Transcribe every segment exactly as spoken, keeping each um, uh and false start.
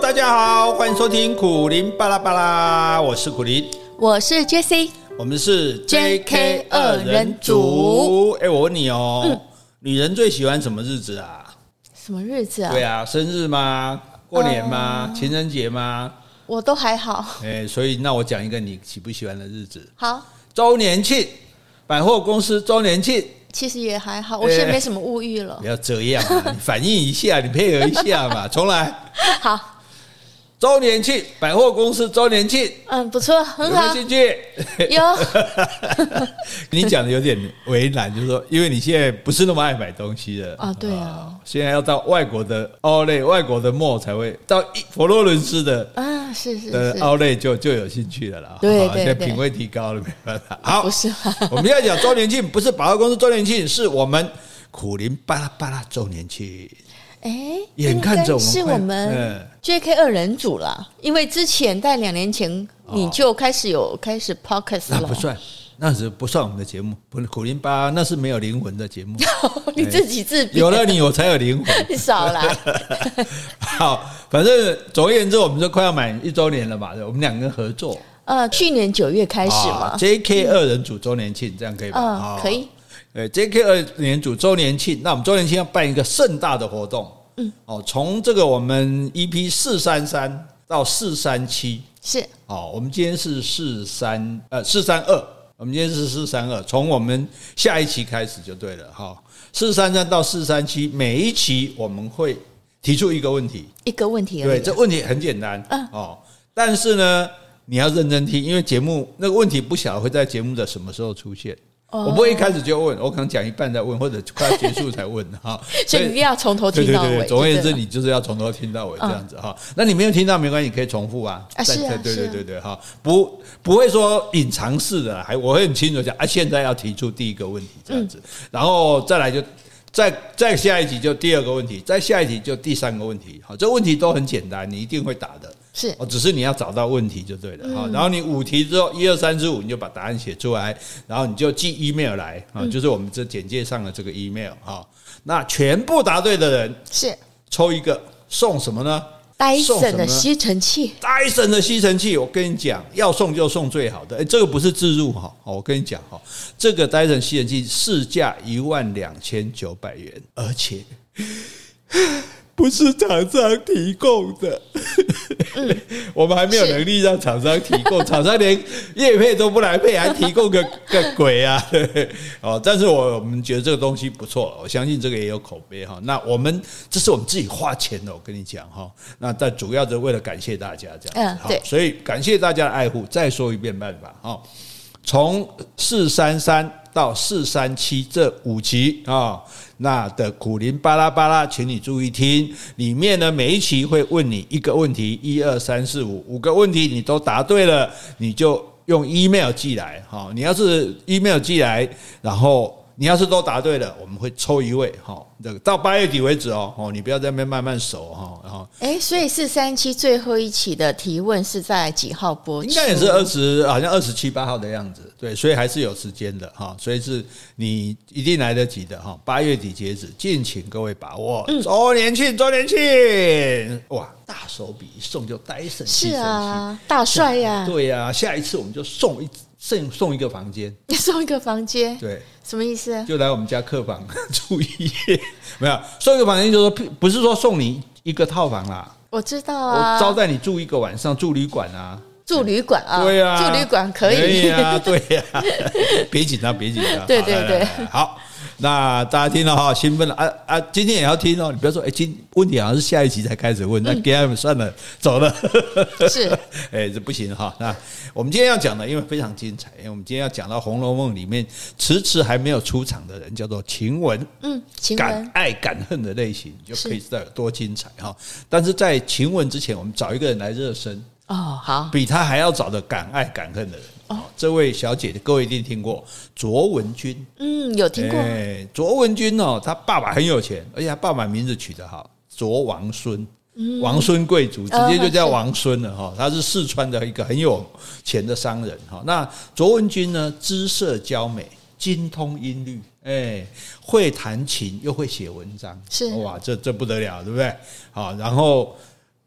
大家好，欢迎收听苦苓巴拉巴拉，我是苦苓， 我是 Jessie， 我们是 J K 二人组。 哎、欸，我问你哦、嗯，女人最喜欢什么日子啊？ 什么日子啊？ 对啊，生日吗？过年吗？呃、情人节吗？ 我都还好。 哎、欸，所以那我讲一个你喜不喜欢的日子。 好， 周年庆，百货公司周年庆。 其实也还好，我现在没什么物欲了。 欸、不要这样啊，你反应一下，你配合一下嘛，重来。 好， 周年庆，百货公司周年庆， 嗯，不错，很好。 有没有兴趣？ 有。 你讲的有点为难，就是说，因为你现在不是那么爱买东西了啊，对啊， 现在要到外国的 Outlet、外国的 mall 才会到佛罗伦斯的啊，是是的 Outlet 就就有兴趣了啦。 对对对， 现在品味提高了，没办法。好， 不是， 我们要讲周年庆，不是百货公司周年庆，是我们苦苓巴拉巴拉周年庆。 哎， 眼看着我们是我们 J K 二人组啦，因为之前在两年前你就开始有开始 podcast 了， 那不算，那是不算我们的节目，不是苦苓巴拉，那是没有灵魂的节目。 你自己自编， 有了你我才有灵魂。 你少来。 好，反正总而言之，我们就快要满一周年了嘛，我们两个人合作。 呃，去年九月开始嘛、 啊、，J K 二人组周年庆，这样可以吧？ 嗯、呃，可以。 对 ，J K 二人组周年庆，那我们周年庆要办一个盛大的活动。 嗯， 哦，从这个我们 E P 四三三到四三七是， 哦，我们今天是四三呃四三二，我们今天是四三二，从我们下一期开始就对了哈。四三三到四三七，每一期我们会提出一个问题， 一个问题而已。 对，这问题很简单， 嗯哦，但是呢，你要认真听，因为节目那个问题不晓得会在节目的什么时候出现。哦、我不会一开始就问，我可能讲一半再问，或者快要结束才问哈。 所以你一定要从头听到尾。 对对对，总而言之，你就是要从头听到尾这样子哈。嗯、那你没有听到没关系，你可以重复啊。 啊，是啊， 对对对对哈，不不会说隐藏式的，还我会很清楚讲啊，现在要提出第一个问题这样子，嗯、然后再来就再再下一题就第二个问题，再下一题就第三个问题。好，这问题都很简单，你一定会答的。 是， 只是你要找到问题就对了、嗯、然后你五题之后一二三四五你就把答案写出来，然后你就寄 email 来、嗯、就是我们这简介上的这个 email。那全部答对的人是抽一个，送什么呢？ Dyson 的吸尘器。 Dyson 的吸尘器，我跟你讲，要送就送最好的。欸、这个不是置入哈，我跟你讲哈，这个 Dyson 吸尘器市价一万两千九百元，而且不是厂商提供的，嗯、我们还没有能力让厂商提供，厂商连业配都不来配，还提供个个鬼啊！哦，但是我们觉得这个东西不错，我相信这个也有口碑哈。那我们这是我们自己花钱的，我跟你讲哈。那但主要是为了感谢大家这样子，嗯、对，所以感谢大家的爱护。再说一遍办法哈，从四三三到四三七这五期啊。那的苦苓巴拉巴拉，请你注意听，里面呢每一期会问你一个问题，一二三四五五个问题，你都答对了，你就用 email 寄来哈。你要是 email 寄来，然后你要是都答对了，我们会抽一位哈。这个到八月底为止哦，哦，你不要在那边慢慢守哈。然后， 哎，所以四三七最后一期的提问是在几号播出？ 应该也是二十，好像二十七八号的样子。对，所以还是有时间的哈，所以是你一定来得及的哈。八月底截止，敬请各位把握。嗯、周年庆，周年庆，哇，大手笔一送就Dyson吸尘器， 是啊，大帅呀、啊！ 对呀、啊，下一次我们就送一送送一个房间， 送一个房间， 对。 什么意思？ 就来我们家客房住一夜，没有送一个房间，就是说不是说送你一个套房啦。 我知道啊， 我招待你住一个晚上，住旅馆啊， 住旅馆啊， 对啊， 住旅馆可以， 可以啊，对啊，别紧张，别紧张， 对对对， 好。那大家听了哈，兴奋了啊啊！今天也要听哦，你不要说，哎，今问题好像是下一集才开始问，那给他们算了，走了。 是， 哎，这不行哈。那我们今天要讲的，因为非常精彩，因为我们今天要讲到《红楼梦》里面迟迟还没有出场的人，叫做晴雯。 嗯，晴雯敢爱敢恨的类型，就可以知道有多精彩哈。但是在晴雯之前，我们找一个人来热身。 哦，好， 比他还要早的敢爱敢恨的人。哦，这位小姐各位一定听过卓文君。 嗯，有听过。 哎，卓文君哦，他爸爸很有钱，而且他爸爸名字取得好，卓王孙。嗯、王孙贵族直接就叫王孙了哈。他是四川的一个很有钱的商人哈。那卓文君呢，姿色娇美，精通音律，哎，会弹琴又会写文章， 是哇， 这这不得了，对不对？好，然后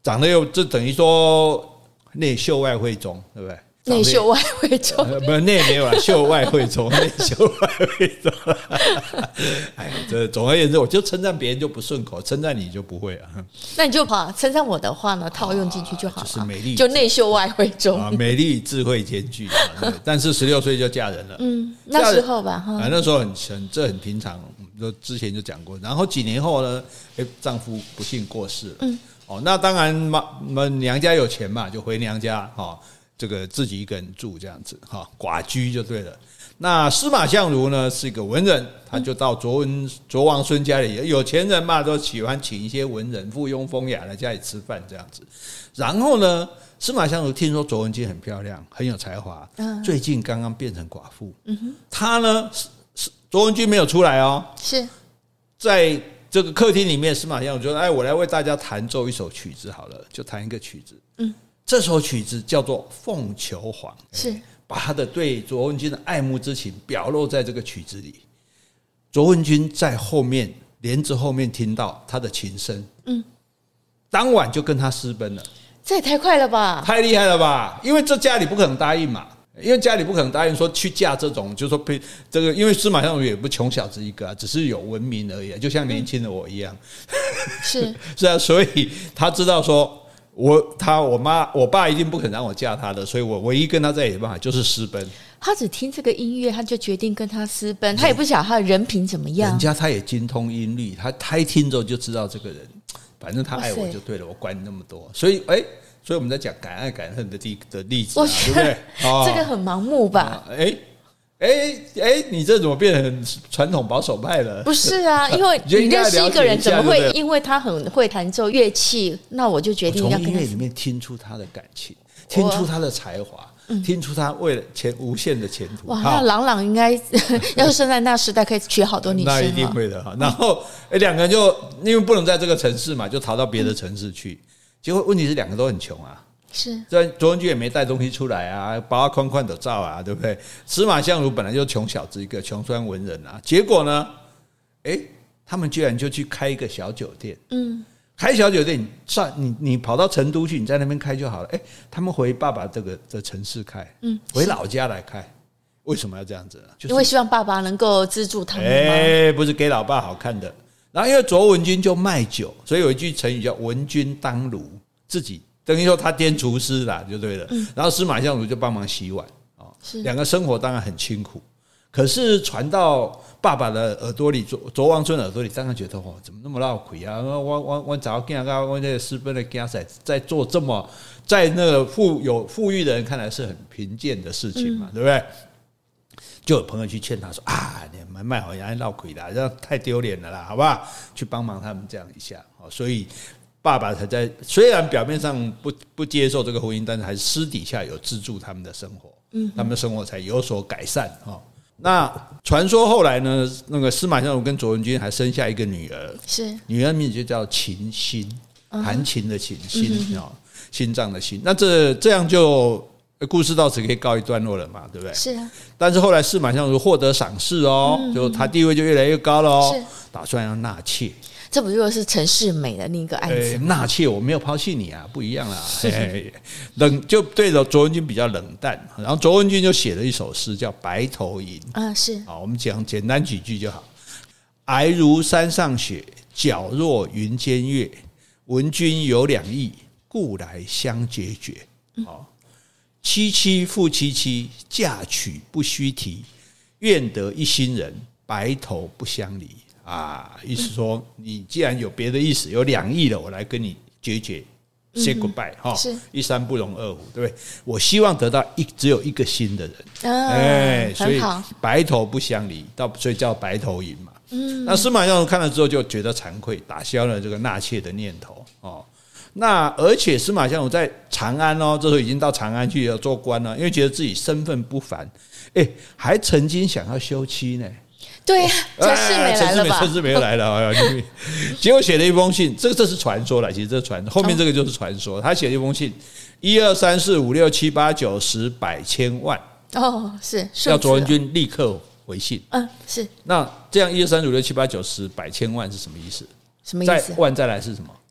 长得又这等于说内秀外慧中，对不对？ 内秀外慧中， 呃、不内没有啦，秀外慧中，内秀外慧中。哎，这总而言之，我就称赞别人就不顺口，称赞你就不会啊。 那你就把称赞我的话呢套用进去就好了， 啊、就是美丽， 就内秀外慧中啊，美丽智慧兼具。但是十六岁就嫁人了， 嗯，那时候吧，哈、 啊，那时候很很这很平常，就之前就讲过。然后几年后呢，哎，丈夫不幸过世了，嗯，哦，那当然妈妈娘家有钱嘛，就回娘家哈。哦这个自己一个人住这样子哈，寡居就对了。那司马相如呢是一个文人，他就到卓文卓王孙家里，有钱人嘛都喜欢请一些文人附庸风雅来家里吃饭这样子。然后呢，司马相如听说卓文君很漂亮，很有才华，嗯、最近刚刚变成寡妇，嗯哼，他呢卓文君没有出来哦， 是在这个客厅里面，司马相如说：“哎，我来为大家弹奏一首曲子好了，就弹一个曲子，嗯。”这首曲子叫做《凤求凰》， 是把他的对卓文君的爱慕之情表露在这个曲子里。卓文君在后面帘子后面听到他的琴声，嗯，当晚就跟他私奔了。 这也太快了吧！ 太厉害了吧！因为这家里不可能答应嘛，因为家里不可能答应说去嫁这种，就是说这个，因为司马相如也不穷小子一个啊，只是有文明而已，就像年轻的我一样。 是是啊，所以他知道说。我他我妈我爸一定不肯让我嫁他的，所以我唯一跟他在一起的办法就是私奔。 他只听这个音乐，他就决定跟他私奔，他也不晓得他的人品怎么样。 人家他也精通音律，他他一听之后就知道这个人，反正他爱我就对了，我管你那么多。所以哎，所以我们在讲敢爱敢恨的例的例子、啊，对不对？ 哦、这个很盲目吧？ 哎。哎哎，你这怎么变得很传统保守派了？ 不是啊，因为你认识一个人，怎么会因为他很会弹奏乐器，那我就决定要跟他。 从音乐里面听出他的感情，听出他的才华，嗯、听出他为了前无限的前途。 哇，那郎朗应该要是生在那时代，可以娶好多女生。 那一定会的哈。然后哎，两个人就因为不能在这个城市嘛，就逃到别的城市去。嗯、结果问题是两个都很穷啊。 是， 这卓文君也没带东西出来啊，包括宽宽的照啊，对不对？司马相如本来就穷小子一个，穷酸文人啊，结果呢，哎，他们居然就去开一个小酒店，嗯，开小酒店，算你你跑到成都去，你在那边开就好了。哎，他们回爸爸这个的城市开，嗯，回老家来开，为什么要这样子呢？就是、 因为希望爸爸能够资助他们吗？ 哎，不是给老爸好看的。然后因为卓文君就卖酒，所以有一句成语叫文君当炉，自己。等于说他兼厨师啦，就对了。嗯、然后司马相如就帮忙洗碗，哦，两个生活当然很清苦。可是传到爸爸的耳朵里，卓卓王孙耳朵里，当然觉得哦，怎么那么闹鬼啊？我我我早见到我那个私奔的家仔在做这么在那个富有富裕的人看来是很贫贱的事情嘛，嗯、对不对？就有朋友去劝他说啊，你们卖好像闹鬼啦，这样太丢脸了啦，好不好？去帮忙他们这样一下，所以。爸爸才在，虽然表面上不不接受这个婚姻，但是还是私底下有资助他们的生活，嗯，他们的生活才有所改善哈。那传说后来呢，那个司马相如跟卓文君还生下一个女儿， 是女儿名字就叫琴心，弹琴的琴，心啊，心脏的心。那这这样就故事到此可以告一段落了嘛，对不对？ 是啊。 但是后来司马相如获得赏识哦，嗯、就他地位就越来越高了哦，打算要纳妾。 这不就是陈世美的另一个案子吗？ 纳妾我没有抛弃你啊，不一样啦。冷就对着卓文君比较冷淡，然后卓文君就写了一首诗叫《白头吟》 啊，是啊，我们讲简单几句就好。皑如山上雪，皎若云间月。闻君有两意，故来相决绝。好，凄凄复凄凄，嫁娶不须提。愿得一心人，白头不相离。啊，意思说你既然有别的意思，有两意了，我来跟你决绝 ，say goodbye 哈、嗯，一山不容二虎，对不对？我希望得到一只有一个心的人， 啊、哎， 所以白头不相离，到所以叫白头吟嘛。嗯，那司马相如看了之后就觉得惭愧，打消了这个纳妾的念头哦。那而且司马相如在长安哦，这时候已经到长安去要做官了，因为觉得自己身份不凡，哎，还曾经想要休妻呢。 对呀、啊，陈世美来了吧？ 陈世美来了，结果写了一封信，这个这是传说了，其实这传后面这个就是传说。他写了一封信，一二三四五六七八九十百千万哦，是要卓文君立刻回信。 嗯，是。 那这样一二三四五六七八九十百千万是什么意思？ 什么意思？ 再万再来是什么？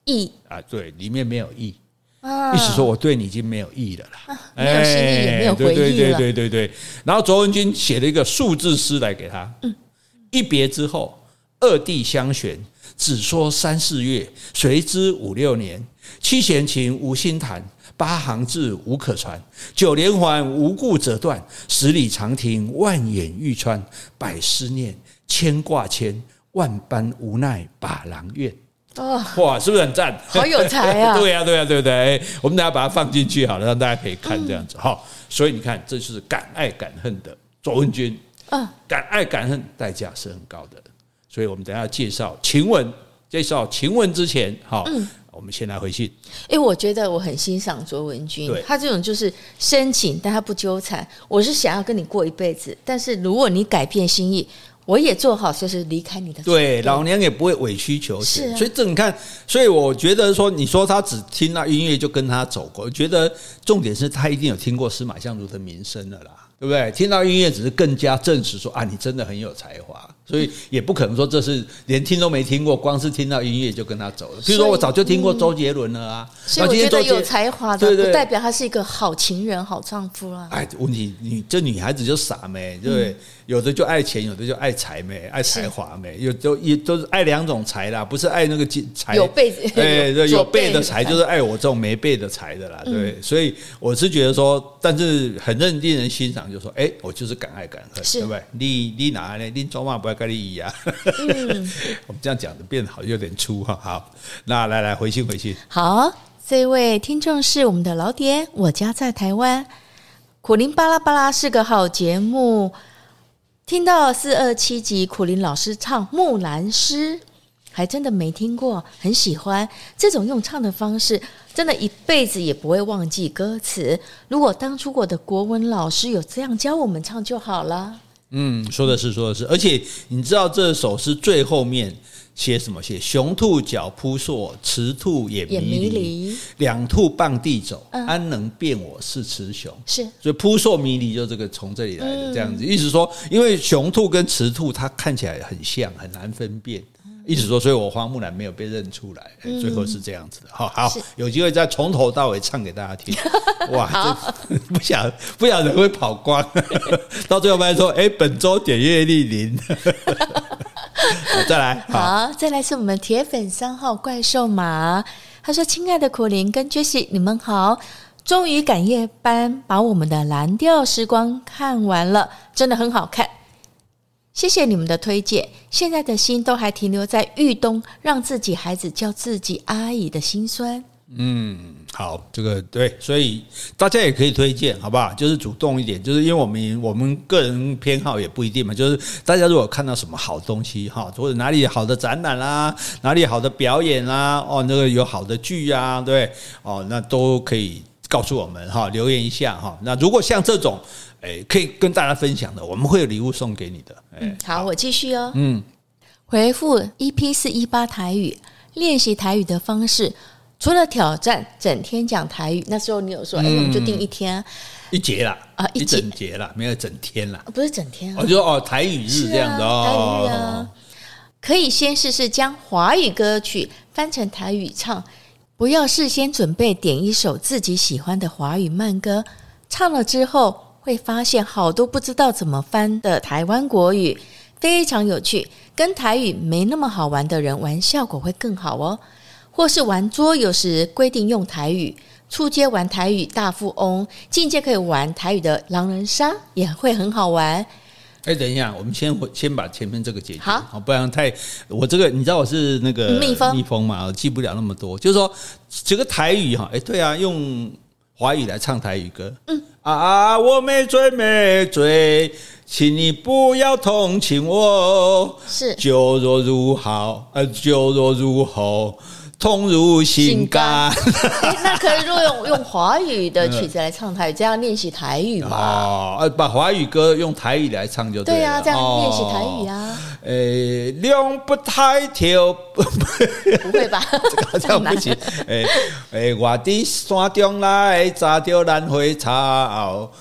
义啊，对，里面没有义。 啊， 意思说我对你已经没有意义了啦， 啊没有心意也没有回忆了。 对对对对对。然后卓文君写了一个数字诗来给他，嗯，一别之后，二地相悬，只说三四月，谁知五六年。七弦琴无心弹，八行字无可传。九连环无故折断，十里长亭万眼欲穿。百思念，千挂牵，万般无奈把郎怨。哦，哇，是不是很赞？ 好有才啊！ 对呀、啊，对呀、啊，对不对？我们等一下把它放进去好了，让大家可以看这样子。好、嗯，所以你看，这就是敢爱敢恨的卓文君。嗯，敢爱敢恨代价是很高的。所以我们等一下介绍晴雯，介绍晴雯之前，好、嗯，我们先来回信。 哎，我觉得我很欣赏卓文君，他这种就是深情，但他不纠缠。我是想要跟你过一辈子，但是如果你改变心意。我也做好，就是离开你的。 对，老娘也不会委曲求全。 啊、 所以这你看，所以我觉得说，你说他只听到音乐就跟他走过，我觉得重点是他一定有听过司马相如的名声了啦，对不对？听到音乐只是更加证实说啊，你真的很有才华，所以也不可能说这是连听都没听过，光是听到音乐就跟他走了。比如说我早就听过周杰伦了啊， 所以我觉得有才华的不代表他是一个好情人、好丈夫啊。 哎，问题你这女孩子就傻没，对不对？嗯，有的就爱钱，有的就爱才美，爱才华美，有都也都是爱两种才啦，不是爱那个才有背对对有背的才，就是爱我这种没背的才的啦，对、嗯。所以我是觉得说，但是很令人欣赏，就是说，哎、欸，我就是敢爱敢恨，对不对？你你哪呢？你做嘛不要跟你一样。嗯、我们这样讲的变得好有点粗哈。好，那来来回信回信。 好，这位听众是我们的老点，我家在台湾，苦苓巴拉巴拉是个好节目。听到四二七集苦苓老师唱木兰诗，还真的没听过，很喜欢这种用唱的方式，真的一辈子也不会忘记歌词。如果当初我的国文老师有这样教我们唱就好了。 嗯，说的是说的是，而且你知道这首诗最后面写什么？写雄兔脚扑朔，雌兔眼迷离，两兔傍地走、嗯，安能辨我是雌雄？是，所以扑朔迷离就这个从这里来的，这样子。嗯、意思说，因为雄兔跟雌兔它看起来很像，很难分辨。意思说，所以我花木兰没有被认出来，嗯、最后是这样子的。好，好，有机会再从头到尾唱给大家听。哇，这不晓不晓得会跑光，到最后发现说，哎、欸，本周点阅率零。再来， 好，好，再来是我们铁粉三号怪兽马，他说：“亲爱的苦苓跟 Jessie， 你们好，终于赶夜班把我们的蓝调时光看完了，真的很好看。”谢谢你们的推荐，现在的心都还停留在豫东让自己孩子叫自己阿姨的心酸。 嗯，好，这个对，所以大家也可以推荐，好不好？就是主动一点，就是因为我们我们个人偏好也不一定嘛，就是大家如果看到什么好东西哈，或者哪里好的展览啦，哪里好的表演啦，哦，那个有好的剧啊，对，哦，那都可以告诉我们哈，留言一下哈。那如果像这种，哎，可以跟大家分享的，我们会有礼物送给你的。 嗯，好，我继续哦。嗯，回复 E P 四一八台语，练习台语的方式，除了挑战整天讲台语，那时候你有说，哎、嗯，我们就定一天一节啦，啊，一整节啦，没有整天啦， 不是整天啊， 我就说哦，台语日这样子哦， 台语日啊，可以先试试将华语歌曲翻成台语唱，不要事先准备点一首自己喜欢的华语慢歌，唱了之后。会发现好多不知道怎么翻的台湾国语，非常有趣，跟台语没那么好玩的人玩效果会更好哦。或是玩桌游时规定用台语，初阶玩台语大富翁，进阶可以玩台语的狼人杀，也会很好玩。 哎，等一下，我们先先把前面这个解决好，不然太我这个你知道我是那个蜜蜂蜜蜂嘛，我记不了那么多。就是说这个台语哈，哎，对啊，用华语来唱台语歌，嗯。啊，我没醉没醉，请你不要同情我。是酒若如好，呃，酒若如喉，痛如心肝。 欸、那可以如果用用华语的曲子来唱台语，这样练习台语嘛？ 哦，把华语歌用台语来唱就对了。 对啊，这样练习台语啊。哦诶，两不太跳， 不会吧？ 这个好像不行。诶诶，我伫山中来，扎着兰花草。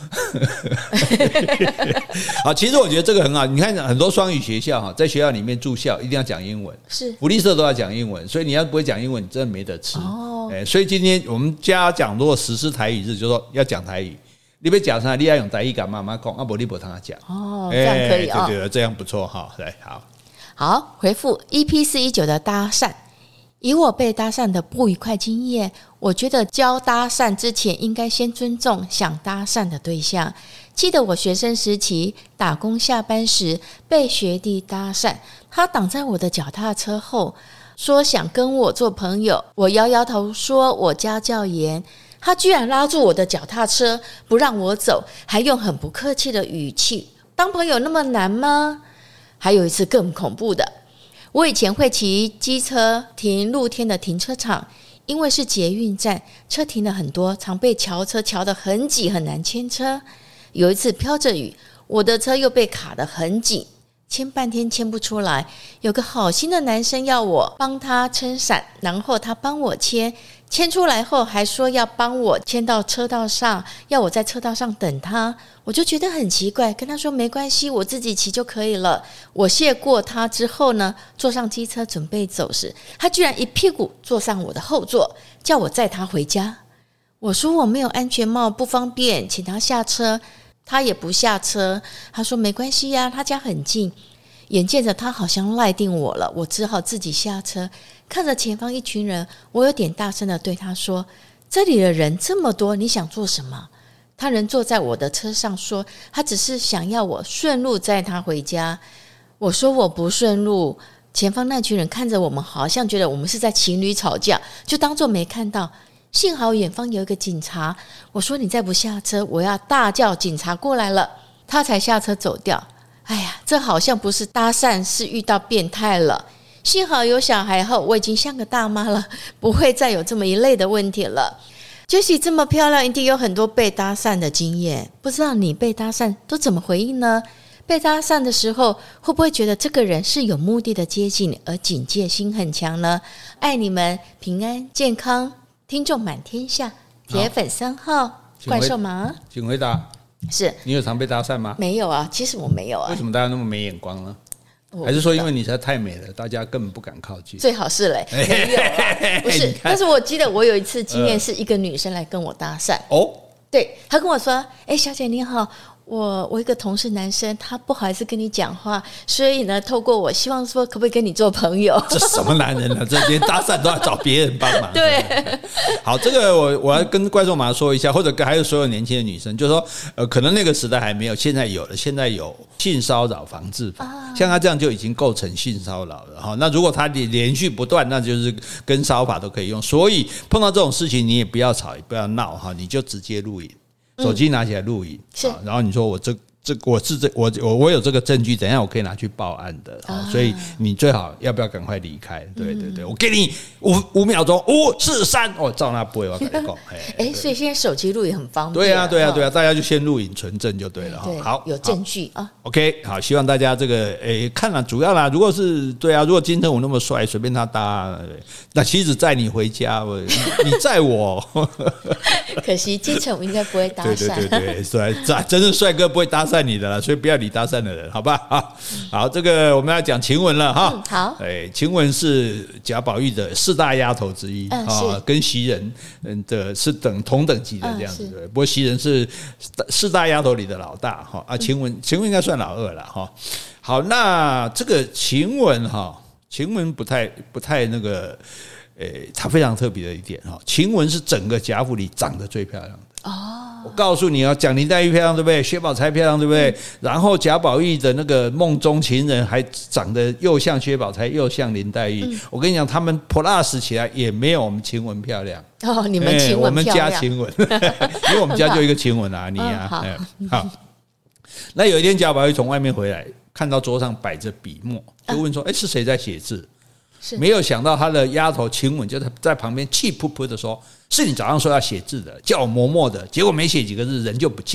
好，其实我觉得这个很好。你看很多双语学校哈，在学校里面住校一定要讲英文， 是福利社都要讲英文，所以你要不会讲英文，你真的没得吃。 哦， 诶，所以今天我们家讲，如果实施台语日，就说要讲台语。你要讲啥？你要用台语跟妈妈讲，啊，不你不通他讲。 哦，这样可以啊、哦， 对对，这样不错哈。对，好， 好，回复 E P 四一九的搭讪。以我被搭讪的不愉快经验，我觉得教搭讪之前应该先尊重想搭讪的对象。记得我学生时期打工下班时被学弟搭讪，他挡在我的脚踏车后，说想跟我做朋友。我摇摇头说我家教严。他居然拉住我的脚踏车不让我走，还用很不客气的语气，当朋友那么难吗？还有一次更恐怖的，我以前会骑机车停露天的停车场，因为是捷运站，车停了很多，常被桥车桥得很挤，很难牵车。有一次飘着雨，我的车又被卡得很紧，牵半天牵不出来。有个好心的男生要我帮他撑伞，然后他帮我牵，牵出来后还说要帮我牵到车道上，要我在车道上等他。我就觉得很奇怪，跟他说没关系，我自己骑就可以了。我谢过他之后呢，坐上机车准备走时，他居然一屁股坐上我的后座，叫我载他回家。我说我没有安全帽，不方便，请他下车。他也不下车，他说没关系呀、啊，他家很近。眼见着他好像赖定我了，我只好自己下车，看着前方一群人，我有点大声的对他说，这里的人这么多，你想做什么？他人坐在我的车上说，他只是想要我顺路载他回家。我说我不顺路，前方那群人看着我们，好像觉得我们是在情侣吵架，就当作没看到。幸好远方有一个警察，我说你再不下车，我要大叫警察过来了，他才下车走掉。哎呀，这好像不是搭讪，是遇到变态了。幸好有小孩后，我已经像个大妈了，不会再有这么一类的问题了。Jessie 这么漂亮，一定有很多被搭讪的经验，不知道你被搭讪都怎么回应呢？被搭讪的时候，会不会觉得这个人是有目的的接近你，而警戒心很强呢？爱你们平安健康，听众满天下，铁粉三号怪兽吗？ 请回答。 是你有常被搭讪吗？ 没有啊，其实我没有啊。 为什么大家那么没眼光呢？还是说因为你实在太美了，大家根本不敢靠近？ 最好是嘞，没有啊，不是。但是我记得我有一次经验是一个女生来跟我搭讪， 哦， 对，她跟我说：“哎，小姐你好。”我我一个同事男生，他不好意思跟你讲话，所以呢，透过我希望说，可不可以跟你做朋友？ 这什么男人啊？这连搭讪都要找别人帮忙。 对， 好，这个我我要跟怪兽马说一下，或者跟还有所有年轻的女生，就是说，呃，可能那个时代还没有，现在有了，现在有性骚扰防治法，啊、像他这样就已经构成性骚扰了哈。那如果他连续不断，那就是跟骚法都可以用。所以碰到这种事情，你也不要吵，也不要闹哈，你就直接录影。手机拿起来录影、嗯，然后你说我这这我是这我我我有这个证据，等一下我可以拿去报案的、啊、所以你最好要不要赶快离开？对对对，嗯、我给你五五秒钟，五四三，哦，照那不会，我跟你讲， 哎，所以现在手机录影很方便， 对啊对啊对啊，大家就先录影存证就对了哈。好， 有证据啊。 OK， 好，希望大家这个诶看了主要啦，如果是对啊，如果金城武那么帅，随便他搭，那妻子载你回家，你载我。 可惜金城武应该不会搭讪， 对对对对，帅，真正帅哥不会搭讪你的啦，所以不要理搭讪的人，好吧？好，好，这个我们要讲晴雯了哈、 嗯。好， 哎，晴雯是贾宝玉的四大丫头之一啊、嗯，跟袭人嗯的是等同等级的这样子对、嗯。不过袭人是四大丫头里的老大哈，啊，晴雯晴雯应该算老二了哈。好，那这个晴雯哈，晴雯不太不太那个。诶，她非常特别的一点哈，晴雯是整个贾府里长得最漂亮的哦。我告诉你啊，蒋林黛玉漂亮对不对？薛宝钗漂亮对不对？嗯、然后贾宝玉的那个梦中情人还长得又像薛宝钗又像林黛玉。嗯、我跟你讲，他们 plus 起来也没有我们晴雯漂亮哦。你们晴雯漂亮， 我们家晴雯，因为我们家就一个晴雯啊，你啊，好, 好。那有一天贾宝玉从外面回来，看到桌上摆着笔墨，就问说：“哎、啊，是谁在写字？”没有想到他的丫头晴雯就在旁边气噗噗的说：“是你早上说要写字的，叫我磨墨的，结果没写几个字，人就不见了。”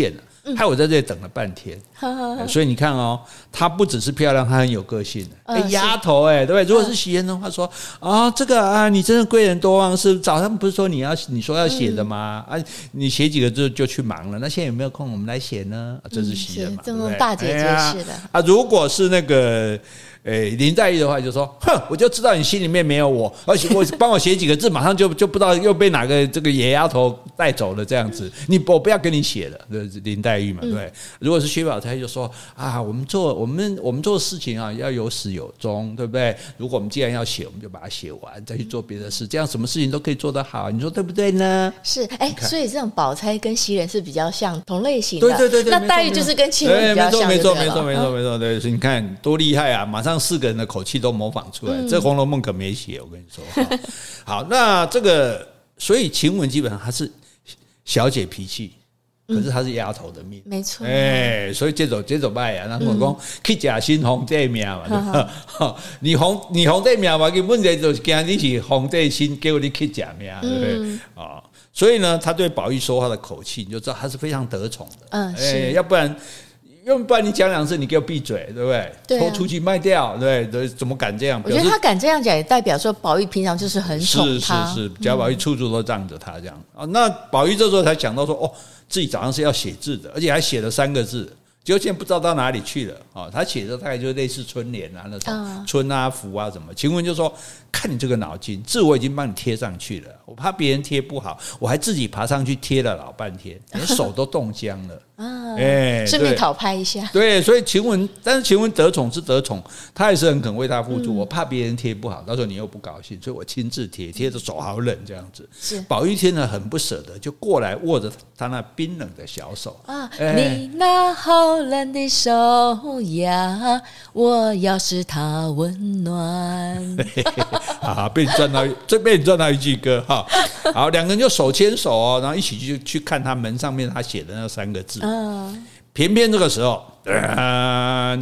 害我在这里等了半天。所以你看哦，她不只是漂亮，她很有个性。哎、欸，丫头哎、欸，对不对？如果是袭人的话说，啊、哦，这个啊，你真的贵人多忘事。早上不是说你要你说要写的吗？嗯、啊，你写几个字就去忙了。那现在有没有空我们来写呢？啊、这是袭人嘛， 嗯、这种大姐姐式的、 哎、啊。如果是那个。诶，林黛玉的话就说：“哼，我就知道你心里面没有我，而且我帮我写几个字，马上就就不知道又被哪个这个野丫头带走了这样子。你我不要跟你写了，对林黛玉嘛，对不对？如果是薛宝钗就说啊，我们做我们我们做事情啊要有始有终，对不对？如果我们既然要写，我们就把它写完，再去做别的事，这样什么事情都可以做得好，你说对不对呢？ 是，哎，所以这种宝钗跟袭人是比较像同类型的， 对对对对。 那黛玉就是跟晴雯比较像， 没错没错没错没错没错，对，所以你看多厉害啊，马上。四个人的口气都模仿出来，嗯、这《红楼梦》可没写，我跟你说。好，那这个，所以晴雯基本上她是小姐脾气，可是她是丫头的命， 没错。 哎，所以这种这种败啊，那我讲去假新皇帝命嘛，对吧？嗯、你皇你皇帝命嘛，根本就是惊你是皇帝心，结果你去假命，对不对？啊、嗯，所以呢，他对宝玉说话的口气，你就知道他是非常得宠的。嗯，是，要不然。要不然你讲两次，你给我闭嘴，对不对？对、啊，拖出去卖掉，对对，怎么敢这样？ 我觉得他敢这样讲，也代表说宝玉平常就是很宠他， 是是是，贾宝玉处处都让着他这样、嗯、啊。那宝玉这时候才想到说，哦，自己早上是要写字的，而且还写了三个字，结果现在不知道到哪里去了啊。他写的大概就类似春联啊那种春啊福啊什么。晴雯就说：“看你这个脑筋，字我已经帮你贴上去了，我怕别人贴不好，我还自己爬上去贴了老半天，连手都冻僵了。” 啊，哎，顺便讨拍一下。 对，所以晴雯，但是晴雯得宠是得宠，她也是很肯为他付出。嗯、我怕别人贴不好，到时候你又不高兴，所以我亲自贴，贴的手好冷这样子。是，宝玉听了很不舍得，就过来握着他那冰冷的小手啊， 哎、你那好冷的手呀，我要使它温暖。 好，被你赚到，这被你赚到一句歌哈。好，两个人就手牵手哦，然后一起去去看他门上面他写的那三个字。嗯，偏偏这个时候，呃、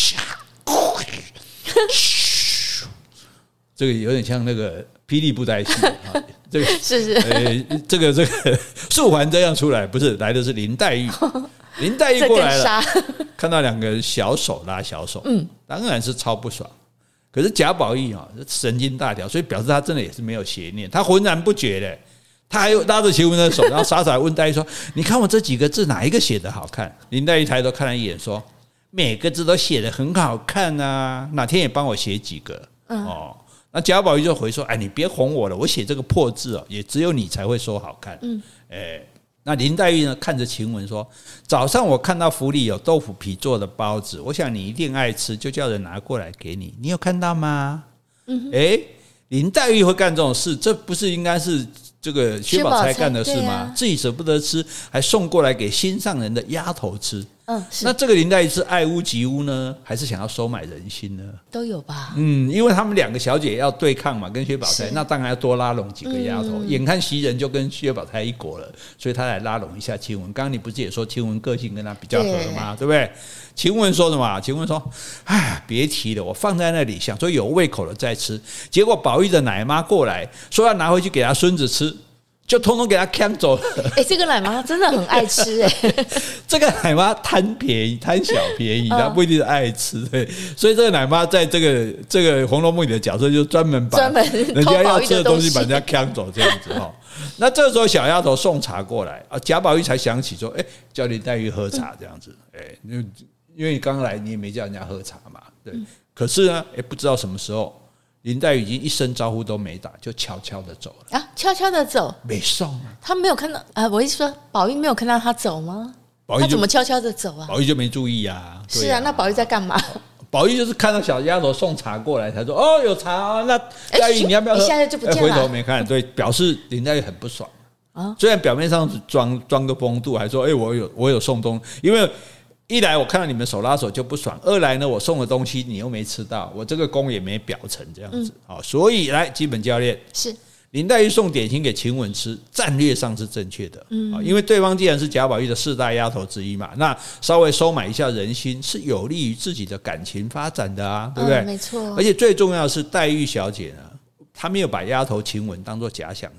这个有点像那个霹雳布袋戏啊。这个是是， 呃，这个这个素环这样出来，不是来的是林黛玉。林黛玉过来了，看到两个人小手拉小手，嗯，当然是超不爽。可是贾宝玉啊，神经大条，所以表示他真的也是没有邪念，他浑然不觉的。他还拉着晴雯的手，然后傻傻问黛玉说：“你看我这几个字哪一个写得好看？”林黛玉抬头看了一眼，说：“每个字都写得很好看啊，哪天也帮我写几个。嗯”哦，那贾宝玉就回说：“哎，你别哄我了，我写这个破字哦，也只有你才会说好看。”嗯，哎，那林黛玉呢，看着晴雯说：“早上我看到府里有豆腐皮做的包子，我想你一定爱吃，就叫人拿过来给你。你有看到吗？”嗯，哎，林黛玉会干这种事，这不是应该是？这个薛宝钗干的事吗？啊、自己舍不得吃，还送过来给心上人的丫头吃。嗯，那这个林黛玉是爱屋及乌呢，还是想要收买人心呢？ 都有吧。 嗯，因为他们两个小姐要对抗嘛，跟薛宝钗，那当然要多拉拢几个丫头。嗯、眼看袭人就跟薛宝钗一国了，所以他来拉拢一下晴雯。刚刚你不是也说晴雯个性跟他比较合吗？ 对, 对不对？晴雯说什么？晴雯说：“哎，别提了，我放在那里想说有胃口了再吃，结果宝玉的奶妈过来说要拿回去给他孙子吃。”就通通给他抢走了。 哎、欸，这个奶妈真的很爱吃哎、欸。 这个奶妈贪便宜，贪小便宜，她不一定是爱吃，对。所以这个奶妈在这个这个《红楼梦》里的角色，就专门把人家要吃的东西把人家抢走这样子哈。那这时候小丫头送茶过来啊，贾宝玉才想起说，哎、欸，叫林黛玉喝茶这样子，哎、欸，因为你刚来你也没叫人家喝茶嘛，对。嗯、可是呢，哎、欸，不知道什么时候。林黛玉已经一声招呼都没打，就悄悄的走了啊！ 悄悄的走， 没送啊！ 他没有看到啊！我意思说，宝玉没有看到他走吗？他怎么悄悄的走啊？ 宝玉就没注意啊！ 是啊，那宝玉在干嘛？ 宝玉就是看到小丫头送茶过来，他说：“哦，有茶啊！”那黛玉你要不要喝？ 一下就不见了， 回头没看，对，表示林黛玉很不爽啊。虽然表面上装装个风度，还说：“哎，我有我有送东西。”因为一来我看到你们手拉手就不爽，二来呢我送的东西你又没吃到，我这个功也没表成这样子、嗯、所以来基本教练是林黛玉送点心给晴雯吃，战略上是正确的、嗯、因为对方既然是贾宝玉的四大丫头之一嘛，那稍微收买一下人心是有利于自己的感情发展的啊，对不对、嗯、 没错。 而且最重要的是黛玉小姐呢，她没有把丫头晴雯当作假想敌，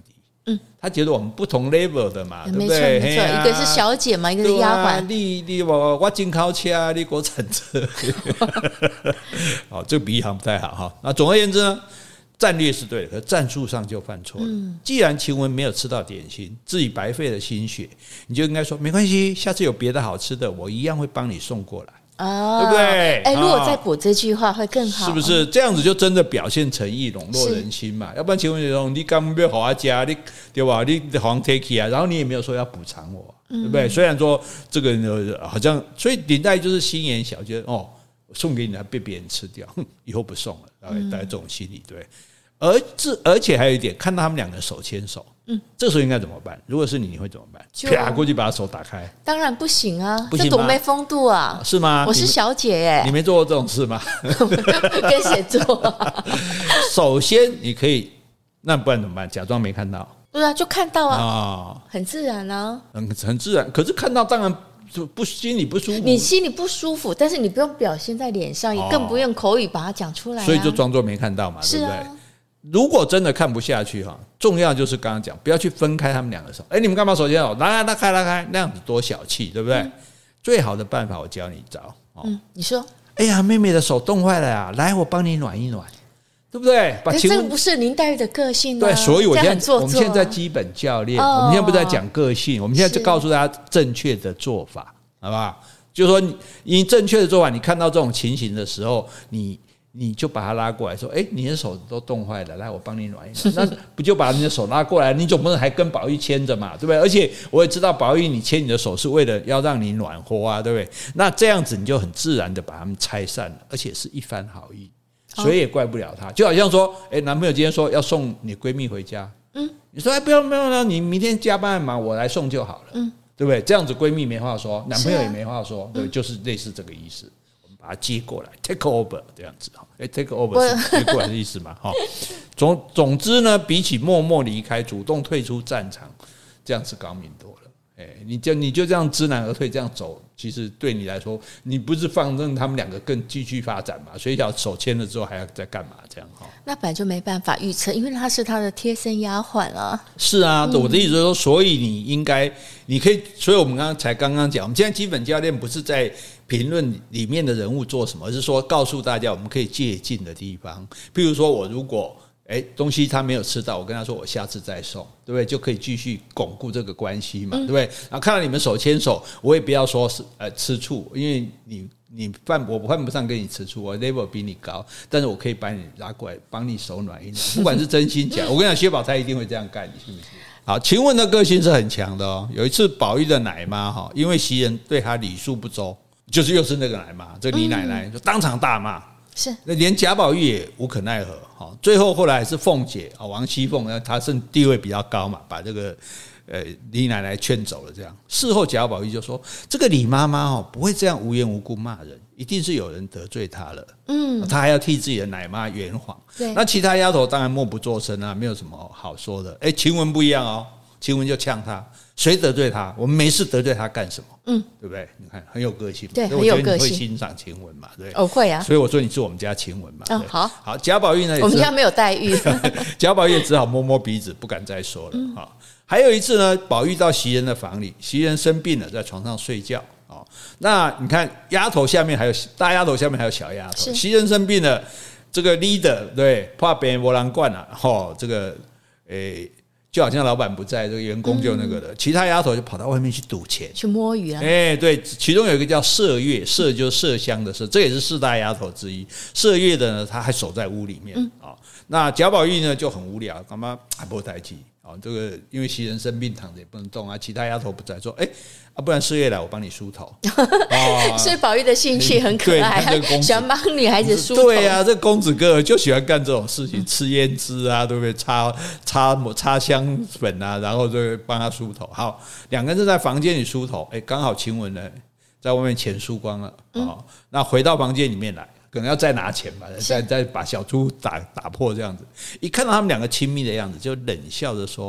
嗯， 他觉得我们不同 level 的嘛，对不没错对？ 没错， 啊、 一个是小姐嘛，一个是丫鬟、 啊。你你我我进口车，你给我铲车。好，这个比喻好像不太好哈。那总而言之呢，战略是对的，可是战术上就犯错了。嗯、既然晴雯没有吃到点心，自己白费了心血，你就应该说没关系，下次有别的好吃的，我一样会帮你送过来。 哦， 对不对？ 哎，如果再补这句话会更好， 是不是？这样子就真的表现诚意，笼络人心嘛。要不然请问你说，你刚没有好好加，你对吧？你好像 take 啊，然后你也没有说要补偿我，嗯、对不对？虽然说这个好像，所以林黛玉就是心眼小，觉得哦，送给你还被别人吃掉，以后不送了，大概大概这种心理，对。而这而且还有一点，看到他们两个手牵手，嗯，这时候应该怎么办？如果是你，你会怎么办？啪过去把他手打开？ 当然不行啊， 不行， 这多没风度啊！ 是吗？ 我是小姐耶、欸， 你没做过这种事吗？ 跟谁做、啊？ 首先你可以，那不然怎么办？假装没看到？ 对啊，就看到啊， 哦、 很自然啊， 很很自然。可是看到当然不心里不舒服， 你心里不舒服，但是你不用表现在脸上，也更不用口语把它讲出来、啊， 所以就装作没看到嘛，对不对？ 是啊。 如果真的看不下去哈，重要就是刚刚讲，不要去分开他们两个手。哎，你们干嘛手牵手？拉开拉开拉开，那样子多小气，对不对？嗯、最好的办法我教你一招。哦、 嗯，你说。 哎呀，妹妹的手冻坏了呀，来，我帮你暖一暖，对不对？把这个不是林黛玉的个性、啊。 对，所以我现在、 啊、 我们现在基本教练，哦、我们现在不是在讲个性，我们现在就告诉大家正确的做法，好不好？就是说你，你正确的做法，你看到这种情形的时候，你。你就把他拉过来说，哎，你的手都冻坏了，来我帮你暖一暖。那不就把你的手拉过来，你总不能还跟宝玉牵着嘛，对不对？而且我也知道宝玉你牵你的手是为了要让你暖和啊，对不对？那这样子你就很自然的把他们拆散了，而且是一番好意，所以也怪不了他。就好像说，哎，男朋友今天说要送你闺蜜回家，嗯，你说哎不要不要了，你明天加班很忙，我来送就好了，嗯，对不对？这样子闺蜜没话说，男朋友也没话说，对，就是类似这个意思。把它接过来 ，take over 这样子哈，哎 ，take over 是接过来的意思嘛，哈。总总之呢，比起默默离开、主动退出战场，这样子高明多了。哎，你就你就这样知难而退，这样走，其实对你来说，你不是放任他们两个更继续发展嘛？所以要手牵了之后还要再干嘛？这样哈？ 那本来就没办法预测，因为他是他的贴身丫鬟啊。 是啊，我的意思是说，所以你应该，你可以，所以我们刚刚才刚刚讲，我们现在基本教练不是在评论里面的人物做什么，而是说告诉大家我们可以借鉴的地方。譬如说我如果哎东西他没有吃到，我跟他说我下次再送，对不对？就可以继续巩固这个关系嘛，对不对？然后看到你们手牵手，我也不要说是呃吃醋，因为你你犯我犯不上跟你吃醋，我 level 比你高，但是我可以把你拉过来，帮你手暖一暖，不管是真心假。我跟你讲，薛宝钗一定会这样干，你信不信？好，晴雯的个性是很强的哦。有一次宝玉的奶妈哈，因为袭人对她礼数不周。就是又是那个奶妈，这李奶奶就当场大骂， 是连贾宝玉也无可奈何。最后后来还是凤姐王熙凤，她是地位比较高嘛，把这个呃李奶奶劝走了。这样事后贾宝玉就说：“这个李妈妈哦，不会这样无缘无故骂人，一定是有人得罪她了。”嗯，她还要替自己的奶妈圆谎。 对， 那其他丫头当然默不作声啊，没有什么好说的。哎，晴雯不一样哦，晴雯就呛她。谁得罪他？我们没事得罪他干什么？嗯，对不对？你看很有个性， 对，很有个性。 你会欣赏晴雯嘛？对， 哦，会啊。 所以我说你是我们家晴雯嘛。 嗯，好， 好。贾宝玉呢？ 我们家没有黛玉， 贾宝玉也只好摸摸鼻子，不敢再说了。哈、嗯，还有一次呢，宝玉到袭人的房里，袭人生病了，在床上睡觉。哦，那你看丫头下面还有大丫头，下面还有小丫头。袭人生病了，这个 leader 对，怕别人没人管啊。哈，这个诶。就好像老板不在，这个员工就那个了，嗯、其他丫头就跑到外面去赌钱， 去摸鱼啊。 哎、欸，对，其中有一个叫麝月，麝就是麝香的麝，这也是四大丫头之一。麝月的呢，她还守在屋里面啊、嗯哦。那贾宝玉呢就很无聊，干嘛还不待机啊？这个因为袭人生病躺着也不能动啊，其他丫头不在，说哎。欸啊，不然麝月来，我帮你梳头。 哦、所以宝玉的兴趣很可爱，喜欢帮女孩子梳头。 对啊，这公子哥就喜欢干这种事情，嗯、吃胭脂啊，对不对？擦擦擦香粉啊，然后就帮他梳头。好，两个人在房间里梳头，哎，刚好晴雯呢在外面钱输光了，嗯、哦，那回到房间里面来，可能要再拿钱吧，再再把小珠打打破这样子。一看到他们两个亲密的样子，就冷笑着说。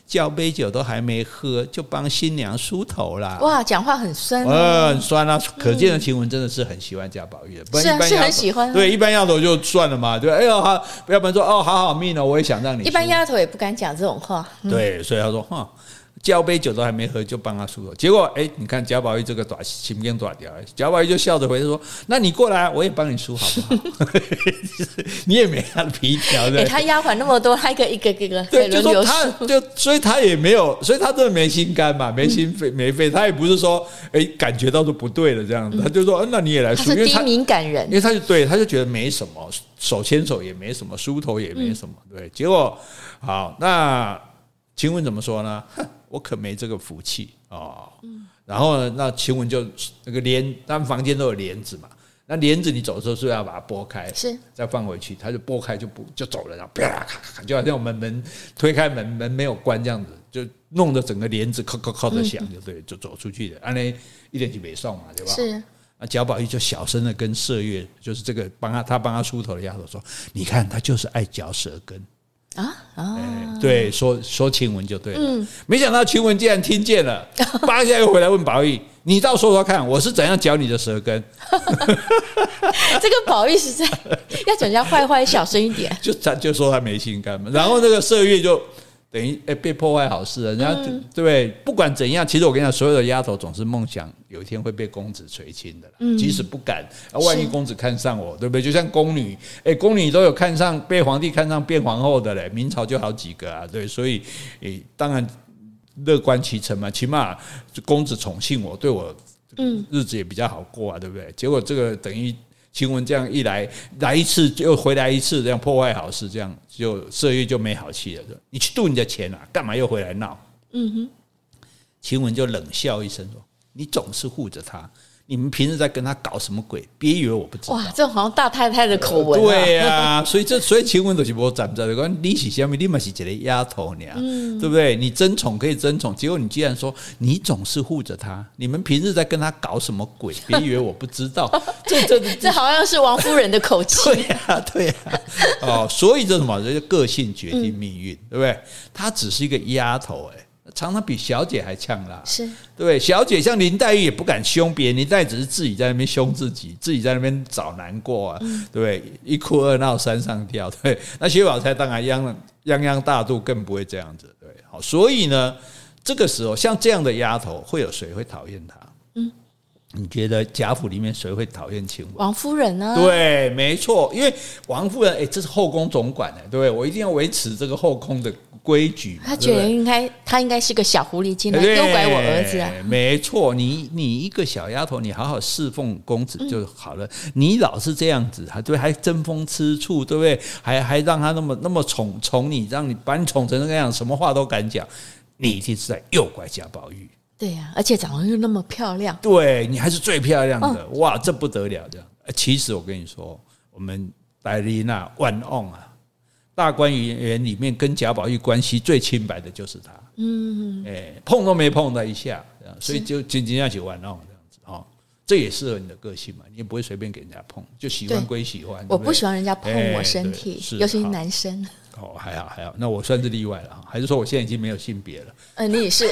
交杯酒都还没喝，就帮新娘梳头啦。 哇，讲话很酸、 呃，很酸啊！可见的晴雯真的是很喜欢贾宝玉的，不然一般是、啊、是很喜欢、啊。 对，一般丫头就算了嘛，对，哎呦，好，要不然说哦，好好命哦，我也想让你梳。 一般丫头也不敢讲这种话。 嗯、对，所以他说哈。交杯酒都还没喝就帮他梳头，结果哎，你看贾宝玉这个短心边短条，贾宝玉就笑着回说：“那你过来，我也帮你梳好不好？”你也没他的皮条的。 哎，他丫鬟那么多，他一个一个一个对，就说轮流他就所以他也没有，所以他真的没心肝嘛，没心肺没肺，他也不是说哎感觉到说不对了这样子，他就说、嗯、那你也来梳， 他是低敏感人， 因为他就对他就觉得没什么，手牵手也没什么，梳头也没什么，对，结果好那。晴雯怎么说呢？我可没这个福气哦。嗯、然后呢，那晴雯就那个帘，他们房间都有帘子嘛。那帘子你走的时候是要把它拨开， 是再放回去，他就拨开就不就走了，然后啪咔咔，就好像我们门推开门门没有关这样子，就弄得整个帘子咔咔咔的响，就对，就走出去的。安内一点就没送嘛，对吧？ 是。 那贾宝玉就小声的跟麝月，就是这个帮他他帮他梳头的丫头说：“你看他就是爱嚼舌根。” 啊啊、 欸！对，说说晴雯就对了。嗯，没想到晴雯竟然听见了，扒一下又回来问宝玉：“你倒说说看，我是怎样嚼你的舌根？” 这个宝玉实在要讲人家坏坏，小声一点。 就他就说他没心肝嘛，然后那个麝月就等于哎被破坏好事了，人家、嗯、对不对？不管怎样，其实我跟你讲，所有的丫头总是梦想有一天会被公子垂青的啦、嗯、即使不敢，万一公子看上我，对不对？就像宫女，哎，宫女都有看上被皇帝看上变皇后的嘞，明朝就好几个啊，对，所以哎，当然乐观其成嘛，起码公子宠幸我，对我日子也比较好过啊，对不对？结果这个等于。晴雯这样一来，来一次又回来一次，这样破坏好事，这样就麝月就没好气了。你去度你的钱啊，干嘛又回来闹？嗯哼，晴雯就冷笑一声说：“你总是护着他，你们平时在跟他搞什么鬼？别以为我不知道。”哇， 这好像大太太的口吻、啊。 对啊，所以这所以晴雯就是无站在的，讲你是什么？你嘛是一个丫头呢，嗯、对不对？你争宠可以争宠，结果你既然说你总是护着他，你们平日在跟他搞什么鬼？别以为我不知道。这这这好像是王夫人的口气。 对呀、啊，对呀、啊。哦，所以这什么？这就个性决定命运，嗯、对不对？她只是一个丫头、欸，哎。常常比小姐还呛辣， 是对不对？小姐像林黛玉也不敢凶别人，林黛玉只是自己在那边凶自己，自己在那边找难过啊，嗯、对不对？一哭二闹三上吊，对。那薛宝钗当然泱泱泱大度，更不会这样子，对。好，所以呢，这个时候像这样的丫头，会有谁会讨厌她？嗯，你觉得贾府里面谁会讨厌晴雯？ 王夫人啊， 对，没错，因为王夫人，哎，这是后宫总管的，对不对？我一定要维持这个后宫的规矩。 他觉得应该，他应该是个小狐狸精来诱拐我儿子啊。 没错，你你一个小丫头，你好好侍奉公子就好了。嗯、你老是这样子，还对，还争风吃醋，对不对？还还让他那么那么宠宠你，让你把你宠成那个样，什么话都敢讲，你一定是在诱拐贾宝玉。 对呀、啊，而且长得又那么漂亮， 对你还是最漂亮的，哦、哇，这不得了！这样，其实我跟你说，我们黛丽娜万翁啊，大观园里面跟贾宝玉关系最清白的就是他，嗯，哎，碰都没碰他一下，所以就仅仅要去万翁这样子哦，这也适合你的个性嘛，你也不会随便给人家碰，就喜欢归喜欢， 我不喜欢人家碰我身体，尤其是男生。 哦，还好还好，那我算是例外了，还是说我现在已经没有性别了？ 嗯、呃，你也是。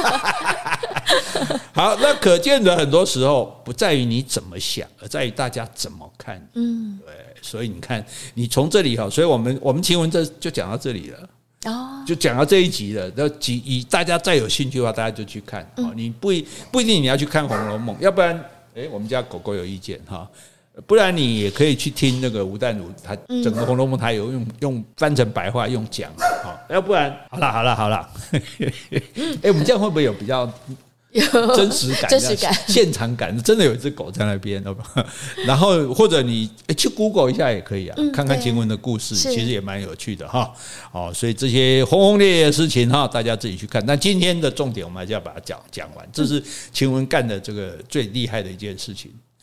好，那可见的很多时候不在于你怎么想，而在于大家怎么看。嗯，对，所以你看，你从这里哈，所以我们我们晴雯这就讲到这里了。哦，就讲到这一集了。那集以大家再有兴趣的话，大家就去看。嗯、你不不一定你要去看《红楼梦》，要不然，哎，我们家狗狗有意见哈。不然你也可以去听那个吴淡如，他整个《红楼梦》他有用用翻成白话用讲，好，要不然好了好了好了，哎，我们这样会不会有比较真实感、 真实感、 现场感？真的有一只狗在那边，然后或者你去 Google 一下也可以啊，看看晴雯的故事，其实也蛮有趣的哈。哦，所以这些轰轰烈烈的事情哈，大家自己去看。但今天的重点我们还是要把它讲讲完，这是晴雯干的这个最厉害的一件事情。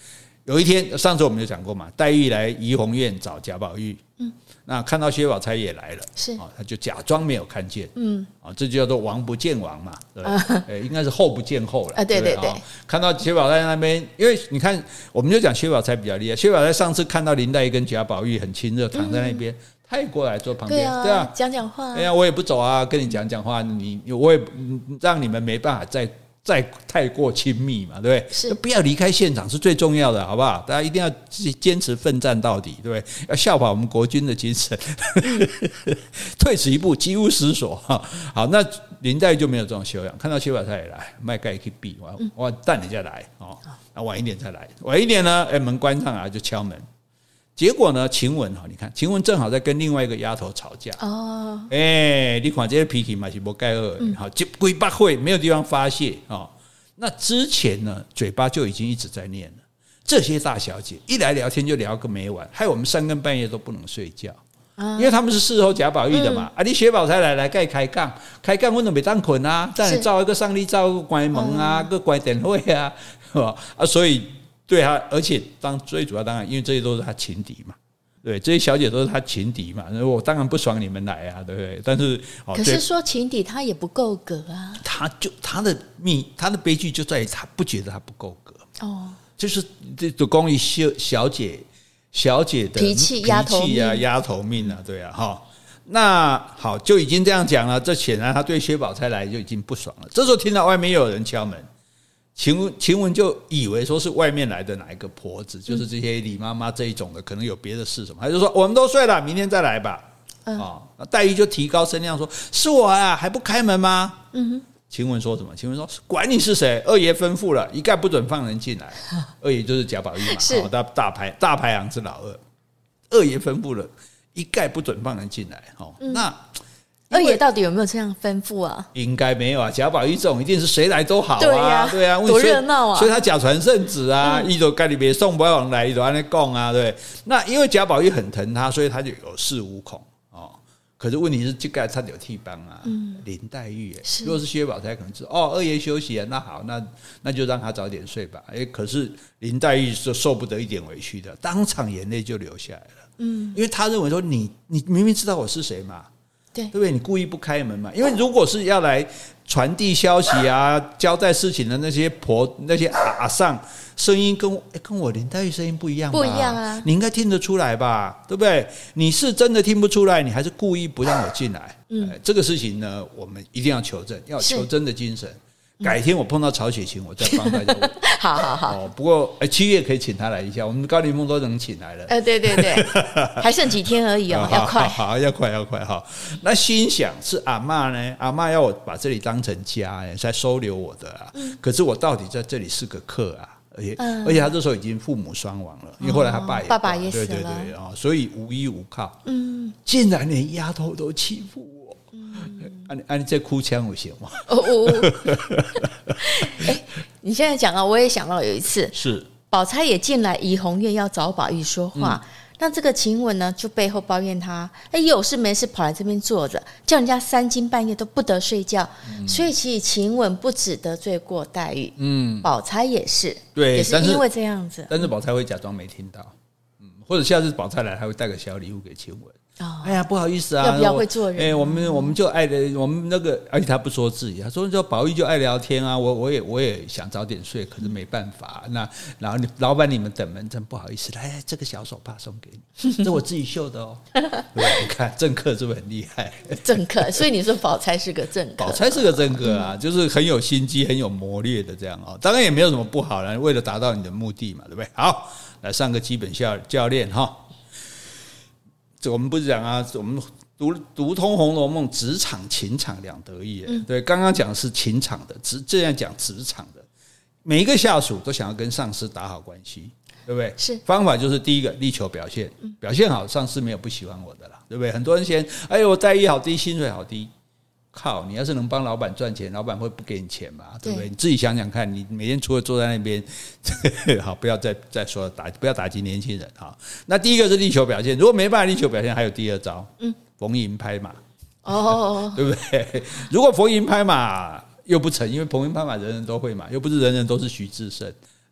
有一天，上次我们就讲过嘛，黛玉来怡红院找贾宝玉，嗯，那看到薛宝钗也来了， 是， 哦，他就假装没有看见， 嗯， 啊，这就叫做王不见王嘛，对不对？呃，应该是后不见后了， 啊，对对对， 看到薛宝钗那边，因为你看，我们就讲薛宝钗比较厉害，薛宝钗上次看到林黛玉跟贾宝玉很亲热，躺在那边。他也过来坐旁边， 对啊，讲讲话。 哎呀，我也不走啊，跟你讲讲话，你我也让你们没办法再再太过亲密嘛，对不对？ 是， 不要离开现场是最重要的，好不好？大家一定要坚持奋战到底，对不对？要效法我们国军的精神，退此一步，击无失所。好，那林黛玉就没有这种修养，看到薛宝钗也来，麦盖可以闭，我我等一下来哦，晚一点再来，晚一点呢，哎，门关上啊，就敲门。结果呢？晴雯哈，你看晴雯正好在跟另外一个丫头吵架哦。哎、欸，你看这些脾气嘛是不盖二，好，就鬼八会没有地方发泄哦。那之前呢，嘴巴就已经一直在念了。这些大小姐一来聊天就聊个没完，害我们三更半夜都不能睡觉，啊、因为他们是事后贾宝玉的嘛。嗯、啊，你薛宝钗来来盖开杠，开杠我都没当困啊，但你照一个上力照个关门啊，个关电会啊，啊，所以。对他，而且当最主要当然，因为这些都是他情敌嘛，对，这些小姐都是他情敌嘛，我当然不爽你们来啊，对不对？但是， 哦、可是说情敌他也不够格啊， 他就他的秘，他的悲剧就在于他不觉得他不够格哦，就是这个关于小姐小姐的脾气、丫头命啊、丫头命啊，对啊，哈。那好，就已经这样讲了，这显然他对薛宝钗来就已经不爽了。这时候听到外面又有人敲门。晴晴雯就以为说是外面来的哪一个婆子，就是这些李妈妈这一种的，可能有别的事什么，他就说我们都睡了，明天再来吧。嗯、哦，黛玉就提高声量说：“是我啊，还不开门吗？”嗯哼，晴雯说什么？晴雯说：“管你是谁，二爷吩咐了，一概不准放人进来。”二爷就是贾宝玉嘛，哦、大大排大排行之老二，二爷吩咐了，一概不准放人进来。哦，嗯、那。 二爷到底有没有这样吩咐啊？ 应该没有啊，贾宝玉这种一定是谁来都好啊， 对呀， 对啊， 多热闹啊！ 所以他假传圣旨啊，一都该里边送不要往来，一都按那讲啊，对。那因为贾宝玉很疼他，所以他就有恃无恐哦。可是问题是，这个他有替帮啊，嗯、林黛玉，如果是薛宝钗，可能是哦，二爷休息啊，那好，那那就让他早点睡吧。哎，可是林黛玉是受不得一点委屈的，当场眼泪就流下来了。嗯，因为他认为说你你明明知道我是谁嘛。对，对不对？你故意不开门嘛？因为如果是要来传递消息啊、交代事情的那些婆、那些阿上，声音跟我跟我林黛玉声音不一样吧？ 不一样啊！ 你应该听得出来吧？对不对？你是真的听不出来，你还是故意不让我进来？嗯，这个事情呢，我们一定要求证，要求真的精神。改天我碰到曹雪芹，我再帮大家问。 好好好。 哦，不过哎，七月可以请他来一下，我们高凌风都能请来了。 呃，对对对，还剩几天而已哦，要快。 好，要快要快哈。那心想是阿嬷呢？阿嬷要我把这里当成家，才收留我的啊。嗯、可是我到底在这里是个客啊，而且、嗯、而且他这时候已经父母双亡了，因为后来他爸也、哦、 爸爸也死了， 对对对啊、哦，所以无依无靠。嗯，竟然连丫头都欺负我。按按你在哭腔有行吗？哦哦， 哎，你现在讲啊，我也想到有一次， 是宝钗也进来怡红院要找宝玉说话，嗯、那这个晴雯呢，就背后抱怨他，哎，有事没事跑来这边坐着，叫人家三更半夜都不得睡觉。嗯、所以其实晴雯不只得罪过黛玉，嗯，宝钗也是， 对， 也是因为这样子。 但是宝钗会假装没听到，嗯，或者下次宝钗来，还会带个小礼物给晴雯。哦、哎呀，不好意思啊， 要不要会做人？ 哎，我们我们就爱的，我们那个，而且他不说自己，他说就宝玉就爱聊天啊，我我也我也想早点睡，可是没办法。那然后你老板你们等门诊，不好意思，来这个小手帕送给你，这我自己绣的哦。对，你看政客是不是很厉害？ 政客，所以你说宝钗是个政客， 宝钗是个政客啊，嗯、就是很有心机、很有谋略的这样哦。当然也没有什么不好啦，为了达到你的目的嘛，对不对？好，来上个基本教教练哈。这我们不是讲啊，我们读读通《红楼梦》，职场、情场两得意。嗯、对，刚刚讲的是情场的，职这样讲职场的，每一个下属都想要跟上司打好关系，对不对？ 是方法就是第一个力求表现，表现好，上司没有不喜欢我的啦，对不对？很多人嫌，哎呦，我待遇好低，薪水好低。靠！你要是能帮老板赚钱，老板会不给你钱嘛？对不对？你自己想想看，你每天除了坐在那边，好，不要再再说了，打不要打击年轻人哈。那第一个是力求表现，如果没办法力求表现，还有第二招，嗯，逢迎拍马，哦，对不对？如果逢迎拍马又不成，因为逢迎拍马人人都会嘛，又不是人人都是徐志胜，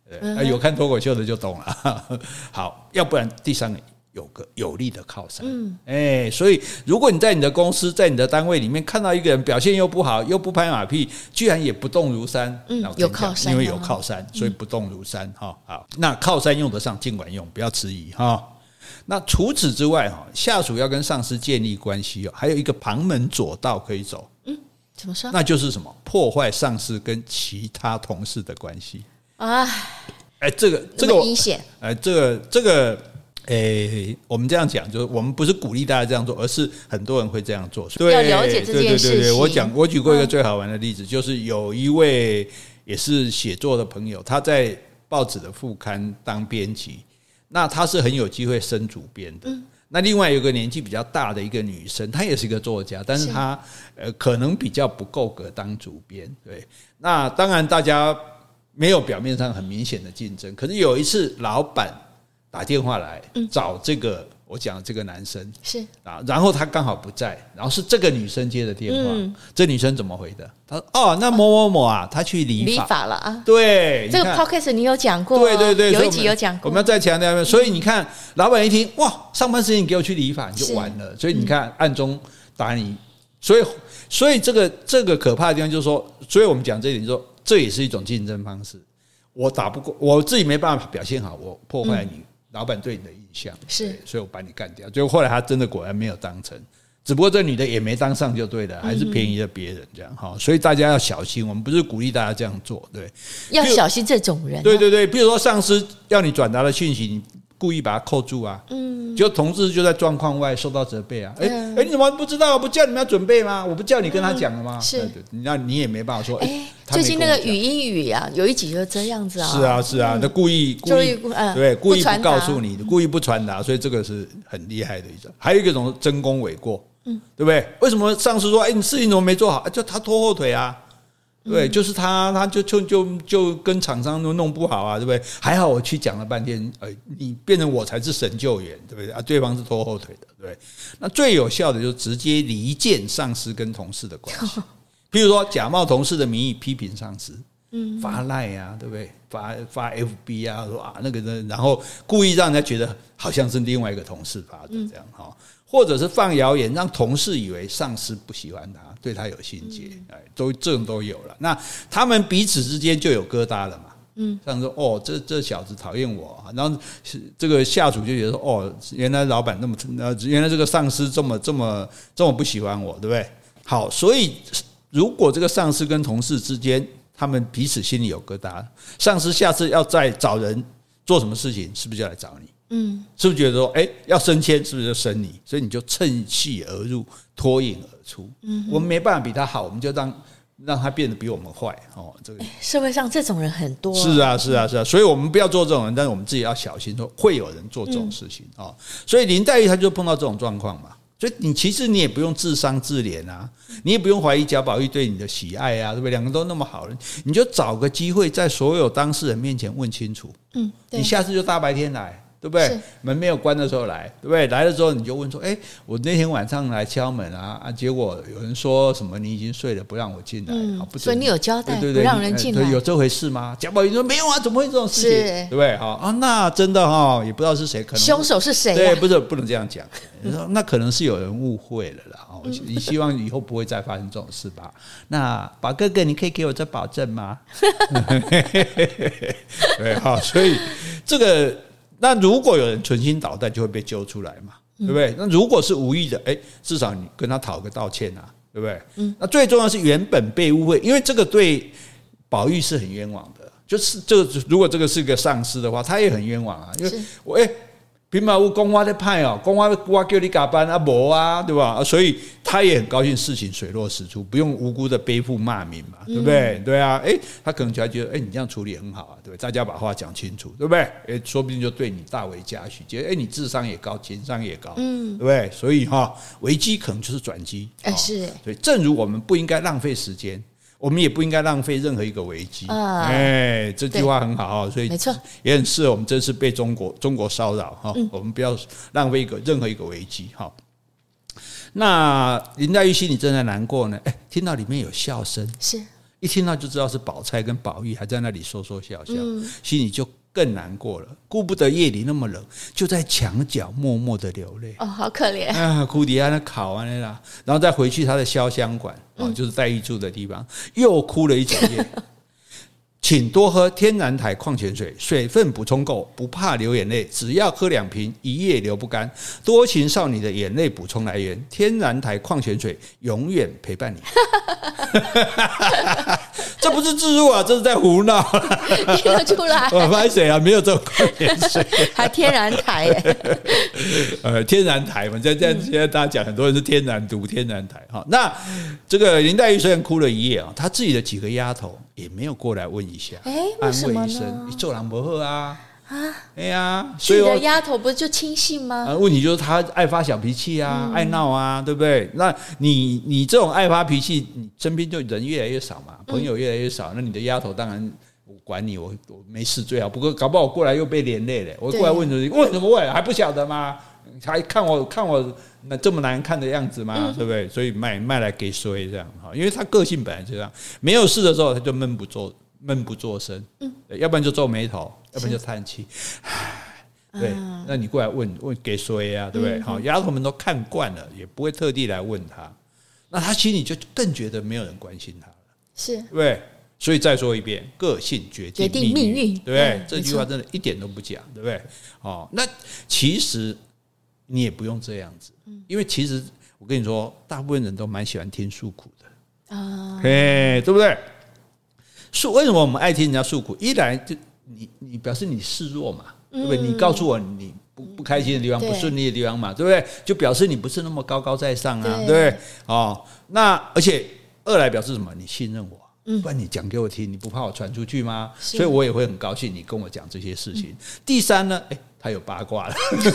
呃、有看脱口秀的就懂了。好，要不然第三个有个有力的靠山。嗯，哎，所以如果你在你的公司，在你的单位里面看到一个人表现又不好，又不拍马屁，居然也不动如山， 嗯，有靠山， 因为有靠山，所以不动如山。哈、嗯，好，那靠山用得上，尽管用，不要迟疑哈。那除此之外，哈，下属要跟上司建立关系哦，还有一个旁门左道可以走。 嗯，怎么说？ 那就是什么？破坏上司跟其他同事的关系啊！ 哎，这个这个阴险， 哎，这个这个。诶，我们这样讲，就是我们不是鼓励大家这样做，而是很多人会这样做。对， 要了解这件事情。 对对对对，我讲，我举过一个最好玩的例子，嗯、就是有一位也是写作的朋友，他在报纸的副刊当编辑，那他是很有机会升主编的。嗯、那另外有个年纪比较大的一个女生，她也是一个作家，但是她呃可能比较不够格当主编。对，那当然大家没有表面上很明显的竞争，可是有一次老板打电话来找这个、嗯、我讲这个男生是啊，然后他刚好不在，然后是这个女生接的电话，嗯、这女生怎么回的？她说：“哦，那某某某啊，他去理法理法了啊。” 对， 这个 podcast 你有讲过， 对对对， 有一集有讲过。 我们要再强调，所以你看，老板一听哇，上班时间你给我去理法，你就完了。所以你看，暗中打你，所以所以这个这个可怕的地方就是说，所以我们讲这一点，就是说这也是一种竞争方式。我打不过，我自己没办法表现好，我破坏你。嗯老板对你的印象是， 所以我把你干掉。最后后来他真的果然没有当成，只不过这女的也没当上就对了，还是便宜了别人这样哈。所以大家要小心，我们不是鼓励大家这样做，对， 要小心这种人、啊。 对对对，比如说上司要你转达的讯息，你故意把它扣住啊，嗯，就同事就在状况外受到责备啊，哎、嗯、哎，你怎么不知道？我不叫你们要准备吗？我不叫你跟他讲了吗？嗯、是，那你也没办法说，哎、欸。 最近那个语音语啊，有一集就这样子啊。 是啊，是啊，那、嗯、故意故意、嗯、对，故意不告诉你，故意不传达，所以这个是很厉害的一种。还有一种争功诿过，嗯，对不对？为什么上司说，哎，你事情怎么没做好？就他拖后腿啊，对，嗯、就是他，他就就就就跟厂商都弄不好啊，对不对？还好我去讲了半天，呃，你变成我才是神救援，对不对？啊，对方是拖后腿的，对不对？那最有效的就是直接离间上司跟同事的关系。譬如说，假冒同事的名义批评上司，嗯，发赖啊，对不对？发发 F B 啊，说啊那个人，然后故意让人家觉得好像是另外一个同事发的这样哈，嗯、或者是放谣言，让同事以为上司不喜欢他，对他有心结，嗯、哎，都这种都有了。那他们彼此之间就有疙瘩了嘛。嗯，像说哦，这这小子讨厌我，然后这个下属就觉得说哦，原来老板那么，原来这个上司这么这么这么不喜欢我，对不对？好，所以。如果这个上司跟同事之间，他们彼此心里有疙瘩，上司下次要再找人做什么事情，是不是就来找你？嗯，是不是觉得说，哎、欸，要升迁，是不是就升你？所以你就趁隙而入，脱颖而出。嗯，我们没办法比他好，我们就让让他变得比我们坏。哦，这个社会上这种人很多、啊。 是啊，是啊，是啊，所以我们不要做这种人，但是我们自己要小心，说会有人做这种事情啊、嗯哦。所以林黛玉她就碰到这种状况嘛。所以你其实你也不用自伤自怜啊，你也不用怀疑贾宝玉对你的喜爱啊，对不对？两个都那么好人，你就找个机会在所有当事人面前问清楚。嗯，你下次就大白天来，对不对？门没有关的时候来，对不对？来了之后你就问说：“哎，我那天晚上来敲门啊，啊，结果有人说什么你已经睡了，不让我进来。嗯”不所以你有交代， 对对对， 不让人进来， 有这回事吗？贾宝玉说：“没有啊，怎么会这种事情？对不对？”好啊，那真的哈，也不知道是谁，可能凶手是谁、啊？ 对，不是不能这样讲。你说那可能是有人误会了啦，哦，你希望以后不会再发生这种事吧？那宝哥哥，你可以给我这保证吗？对，好，所以这个那如果有人存心捣蛋，就会被揪出来嘛，对不对？那如果是无意的，哎，至少你跟他讨个道歉啊，对不对？嗯，那最重要是原本被误会，因为这个对宝玉是很冤枉的，就是这个如果这个是个上司的话，他也很冤枉啊，因为我哎。平马有讲我在派哦，讲我我叫你加班啊，无啊，对吧？所以他也很高兴，事情水落石出，不用无辜的背负骂名嘛，对不对？嗯、对啊，哎，他可能就还觉得，哎，你这样处理很好啊，对不对？大家把话讲清楚，对不对？哎，说不定就对你大为嘉许，觉得哎，你智商也高，情商也高，嗯，对不对？所以哈，危机可能就是转机， 哎，是， 所以正如我们不应该浪费时间。我们也不应该浪费任何一个危机，啊哎，这句话很好，所以也很适合我们这次被中国中国骚扰哈，嗯、我们不要浪费一个任何一个危机哈。那林黛玉心里正在难过呢，哎，听到里面有笑声， 是， 一听到就知道是宝钗跟宝玉还在那里说说笑笑，嗯、心里就更难过了。顾不得夜里那么冷，就在墙角默默的流泪。 哦，好可怜啊！哭底下那烤完了啦，然后再回去他的潇湘馆，哦，嗯、就是黛玉住的地方，又哭了一整夜。请多喝天然台矿泉水，水分补充够，不怕流眼泪，只要喝两瓶，一夜流不干。多情少女的眼泪补充来源，天然台矿泉水永远陪伴你。这不是置入啊，这是在胡闹。 听得出来， 我拍谁啊？没有这种矿泉水， 还天然台耶。 呃，天然台嘛，这样现在大家讲，很多人是天然毒天然台哈。那这个林黛玉虽然哭了一夜啊，她自己的几个丫头也没有过来问一下， 哎， 安为什么呢？ 慰一声，你做人不好啊。 啊， 哎呀， 所以你的丫头不是就轻信吗？ 啊，问题就是她爱发小脾气啊，嗯、爱闹啊，对不对？那你你这种爱发脾气，你身边就人越来越少嘛，朋友越来越少，嗯、那你的丫头当然我管你，我我没事最好。不过搞不好我过来又被连累了，我过来问你为什么问还不晓得吗？还看我看我那这么难看的样子吗？嗯、对不对？所以卖卖来给衰这样哈，因为他个性本来就这样，没有事的时候他就闷不作闷不作声，嗯，要不然就皱眉头，要不然就叹气。对，啊、那你过来问问给谁啊？对不对？好、嗯，丫头们都看惯了，也不会特地来问他，那他心里就更觉得没有人关心他了， 是， 对不对？所以再说一遍，个性决定命运， 命运对不对？嗯、这句话真的一点都不假，对不对？哦，那其实你也不用这样子，因为其实我跟你说，大部分人都蛮喜欢听诉苦的啊，嘿，对不对？诉为什么我们爱听人家诉苦？一来就你你表示你示弱嘛，对不对？你告诉我你不不开心的地方、不顺利的地方嘛，对不对？就表示你不是那么高高在上啊，对不对？哦，那而且二来表示什么？你信任我。不然你讲给我听，你不怕我传出去吗？所以我也会很高兴你跟我讲这些事情。第三呢，哎，他有八卦了，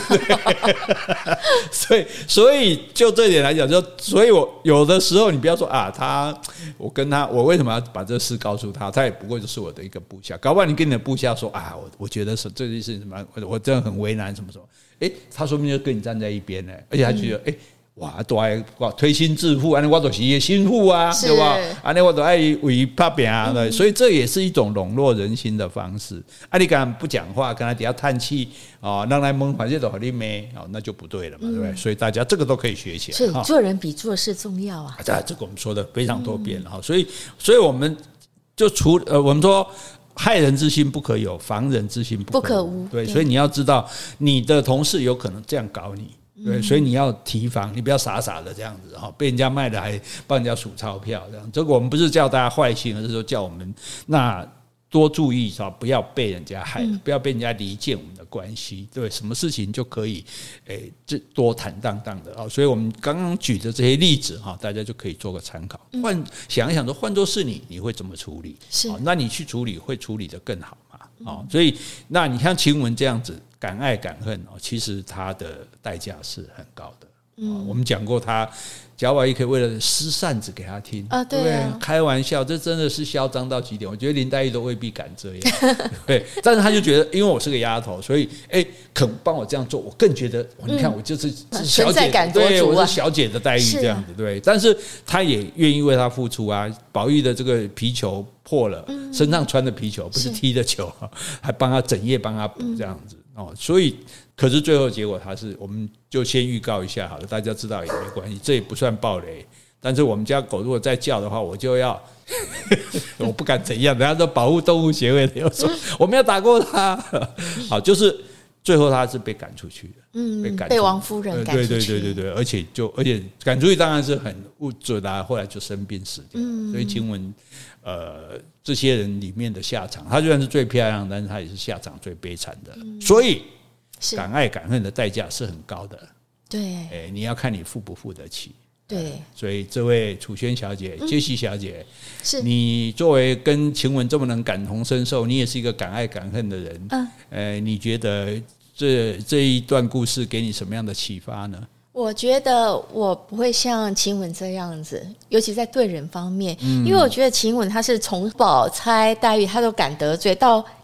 所以所以就这一点来讲，就所以我有的时候你不要说啊，他我跟他我为什么要把这事告诉他？他也不过就是我的一个部下，搞不好你跟你的部下说啊，我我觉得是这件事情什么，我真的很为难什么什么，哎，他说不定就跟你站在一边呢，而且他觉得哎。哇，都爱推心置腹，安尼我就是伊的心腹啊，对吧？安尼我都爱为拍拼啊，嗯、所以这也是一种笼络人心的方式。啊，你刚不讲话，跟他底下叹气啊，让来蒙反正都和你没哦，那就不对了嘛，嗯、对不对？所以大家这个都可以学起来。 所以做人比做事重要啊！ 啊，这个我们说的非常多遍了哈，所以所以我们就除呃，我们说。害人之心不可有，防人之心不可无。对，所以你要知道，你的同事有可能这样搞你，对，所以你要提防，你不要傻傻的这样子哈，被人家卖了还帮人家数钞票这样。这个我们不是叫大家坏心，而是说叫我们那多注意是吧？不要被人家害，不要被人家离间我们的关系。对，什么事情就可以诶，这多坦荡荡的啊。所以我们刚刚举的这些例子哈，大家就可以做个参考。换想一想说，换作是你，你会怎么处理？是，那你去处理会处理得更好嘛？哦，所以那你像晴雯这样子敢爱敢恨哦，其实它的代价是很高的。嗯，我们讲过他。贾宝玉可以为了施扇子给他听啊，对啊，对，开玩笑，这真的是嚣张到极点。我觉得林黛玉都未必敢这样，对。但是他就觉得，因为我是个丫头，所以哎，肯帮我这样做，我更觉得，你看我就是小姐，对，我是小姐的待遇这样子，对。但是他也愿意为他付出啊。宝玉的这个皮球破了，身上穿的皮球不是踢的球，还帮他整夜帮他补这样子哦，所以。可是最后结果他是，我们就先预告一下好了，大家知道也没关系，这也不算暴雷。但是我们家狗如果再叫的话，我就要，我不敢怎样，人家说保护动物协会的又说我们要打过他，好，就是最后他是被赶出去的，嗯，被赶被王夫人赶出去， 对对对对对，而且就而且赶出去当然是很不准啊，后来就生病死掉，嗯，所以晴雯呃这些人里面的下场，她虽然是最漂亮，但是她也是下场最悲惨的，嗯、所以。敢爱敢恨的代价是很高的， 对， 欸、你要看你付不付得起。 对， 所以这位楚轩小姐、杰西小姐，是你作为跟晴雯这么能感同身受，你也是一个敢爱敢恨的人，嗯，呃，你觉得这这一段故事给你什么样的启发呢？ 我觉得我不会像晴雯这样子，尤其在对人方面，嗯、因为我觉得晴雯她是从宝钗、黛玉她都敢得罪到。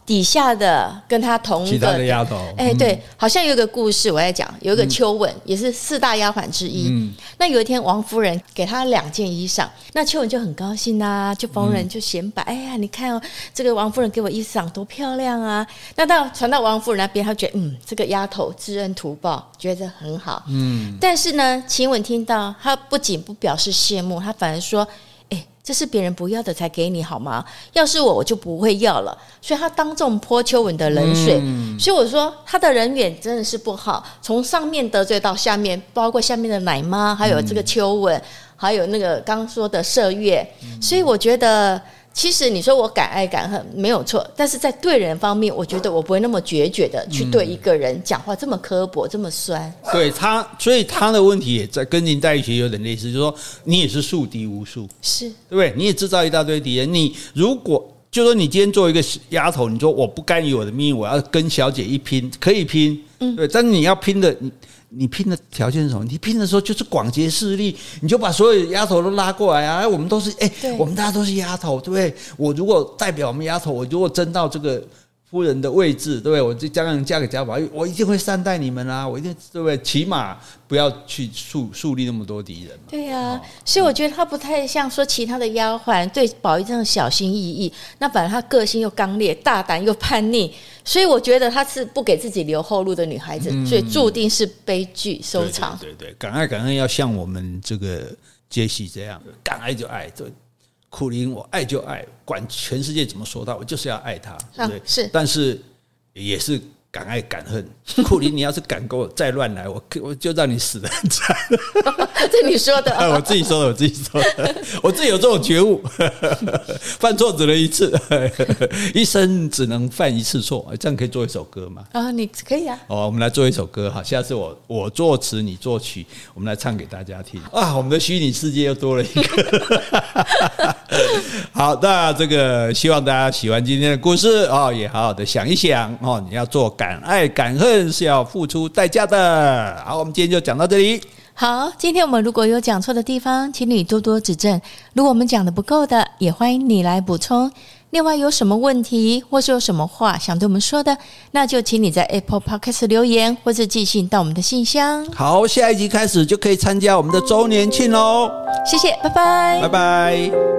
底下的跟他同其他的丫头， 哎，对，嗯、好像有一个故事我在讲，有一个秋文、嗯、也是四大丫鬟之一。嗯，那有一天王夫人给他两件衣裳，那秋文就很高兴啊，就逢人就显摆，嗯、哎呀，你看哦，这个王夫人给我衣裳多漂亮啊！那到传到王夫人那边，他觉得嗯，这个丫头知恩图报，觉得很好。嗯，但是呢，晴雯听到，他不仅不表示羡慕，他反而说。这是别人不要的才给你好吗？要是我我就不会要了，所以他当众泼秋文的冷水、嗯、所以我说他的人缘真的是不好，从上面得罪到下面，包括下面的奶妈，还有这个秋文、嗯、还有那个刚说的麝月、嗯、所以我觉得其实你说我敢爱敢恨没有错，但是在对人方面我觉得我不会那么决绝的去对一个人讲话这么刻薄这么酸。 对他，所以他的问题也在跟林黛玉有点类似，就是说你也是树敌无数， 是对不对？你也制造一大堆敌人，你如果就说你今天做一个丫头，你说我不甘于我的命运，我要跟小姐一拼，可以拼，嗯，对，但是你要拼的你你拼的条件是什么？你拼的时候就是广结势力，你就把所有丫头都拉过来啊！我们都是哎、欸，我们大家都是丫头，对不对？我如果代表我们丫头，我如果争到这个夫人的位置，对不对？我就将来嫁给贾宝玉，我一定会善待你们啊！我一定对不对？起码不要去树树立那么多敌人嘛。 对呀、啊哦，所以我觉得他不太像说其他的丫鬟对宝玉这样小心翼翼，那反正他个性又刚烈、大胆又叛逆，所以我觉得她是不给自己留后路的女孩子，嗯、所以注定是悲剧收场。 对对对，敢爱敢恨要像我们这个杰西这样，敢爱就爱，对。苦苓我爱就爱，管全世界怎么说他，我就是要爱他，对不对？ 啊、是， 但是也是敢爱敢恨。苦苓，你要是敢跟我再乱来，我我就让你死得很惨。 这你说的、 哦，我自己说的，我自己说的，我自己有这种觉悟，犯错只能一次，一生只能犯一次错，这样可以做一首歌吗？ 啊，你可以啊。 哦，我们来做一首歌哈，下次我我作词，你作曲，我们来唱给大家听啊！我们的虚拟世界又多了一个。好，那这个希望大家喜欢今天的故事哦，也好好的想一想哦，你要做敢爱敢恨是要付出代价的。好，我们今天就讲到这里。 好，今天我们如果有讲错的地方，请你多多指正。如果我们讲的不够的，也欢迎你来补充。另外有什么问题或是有什么话想对我们说的，那就请你在 Apple Podcast 留言或是寄信到我们的信箱。 好，下一集开始就可以参加我们的周年庆咯。 谢谢，拜拜， 拜拜。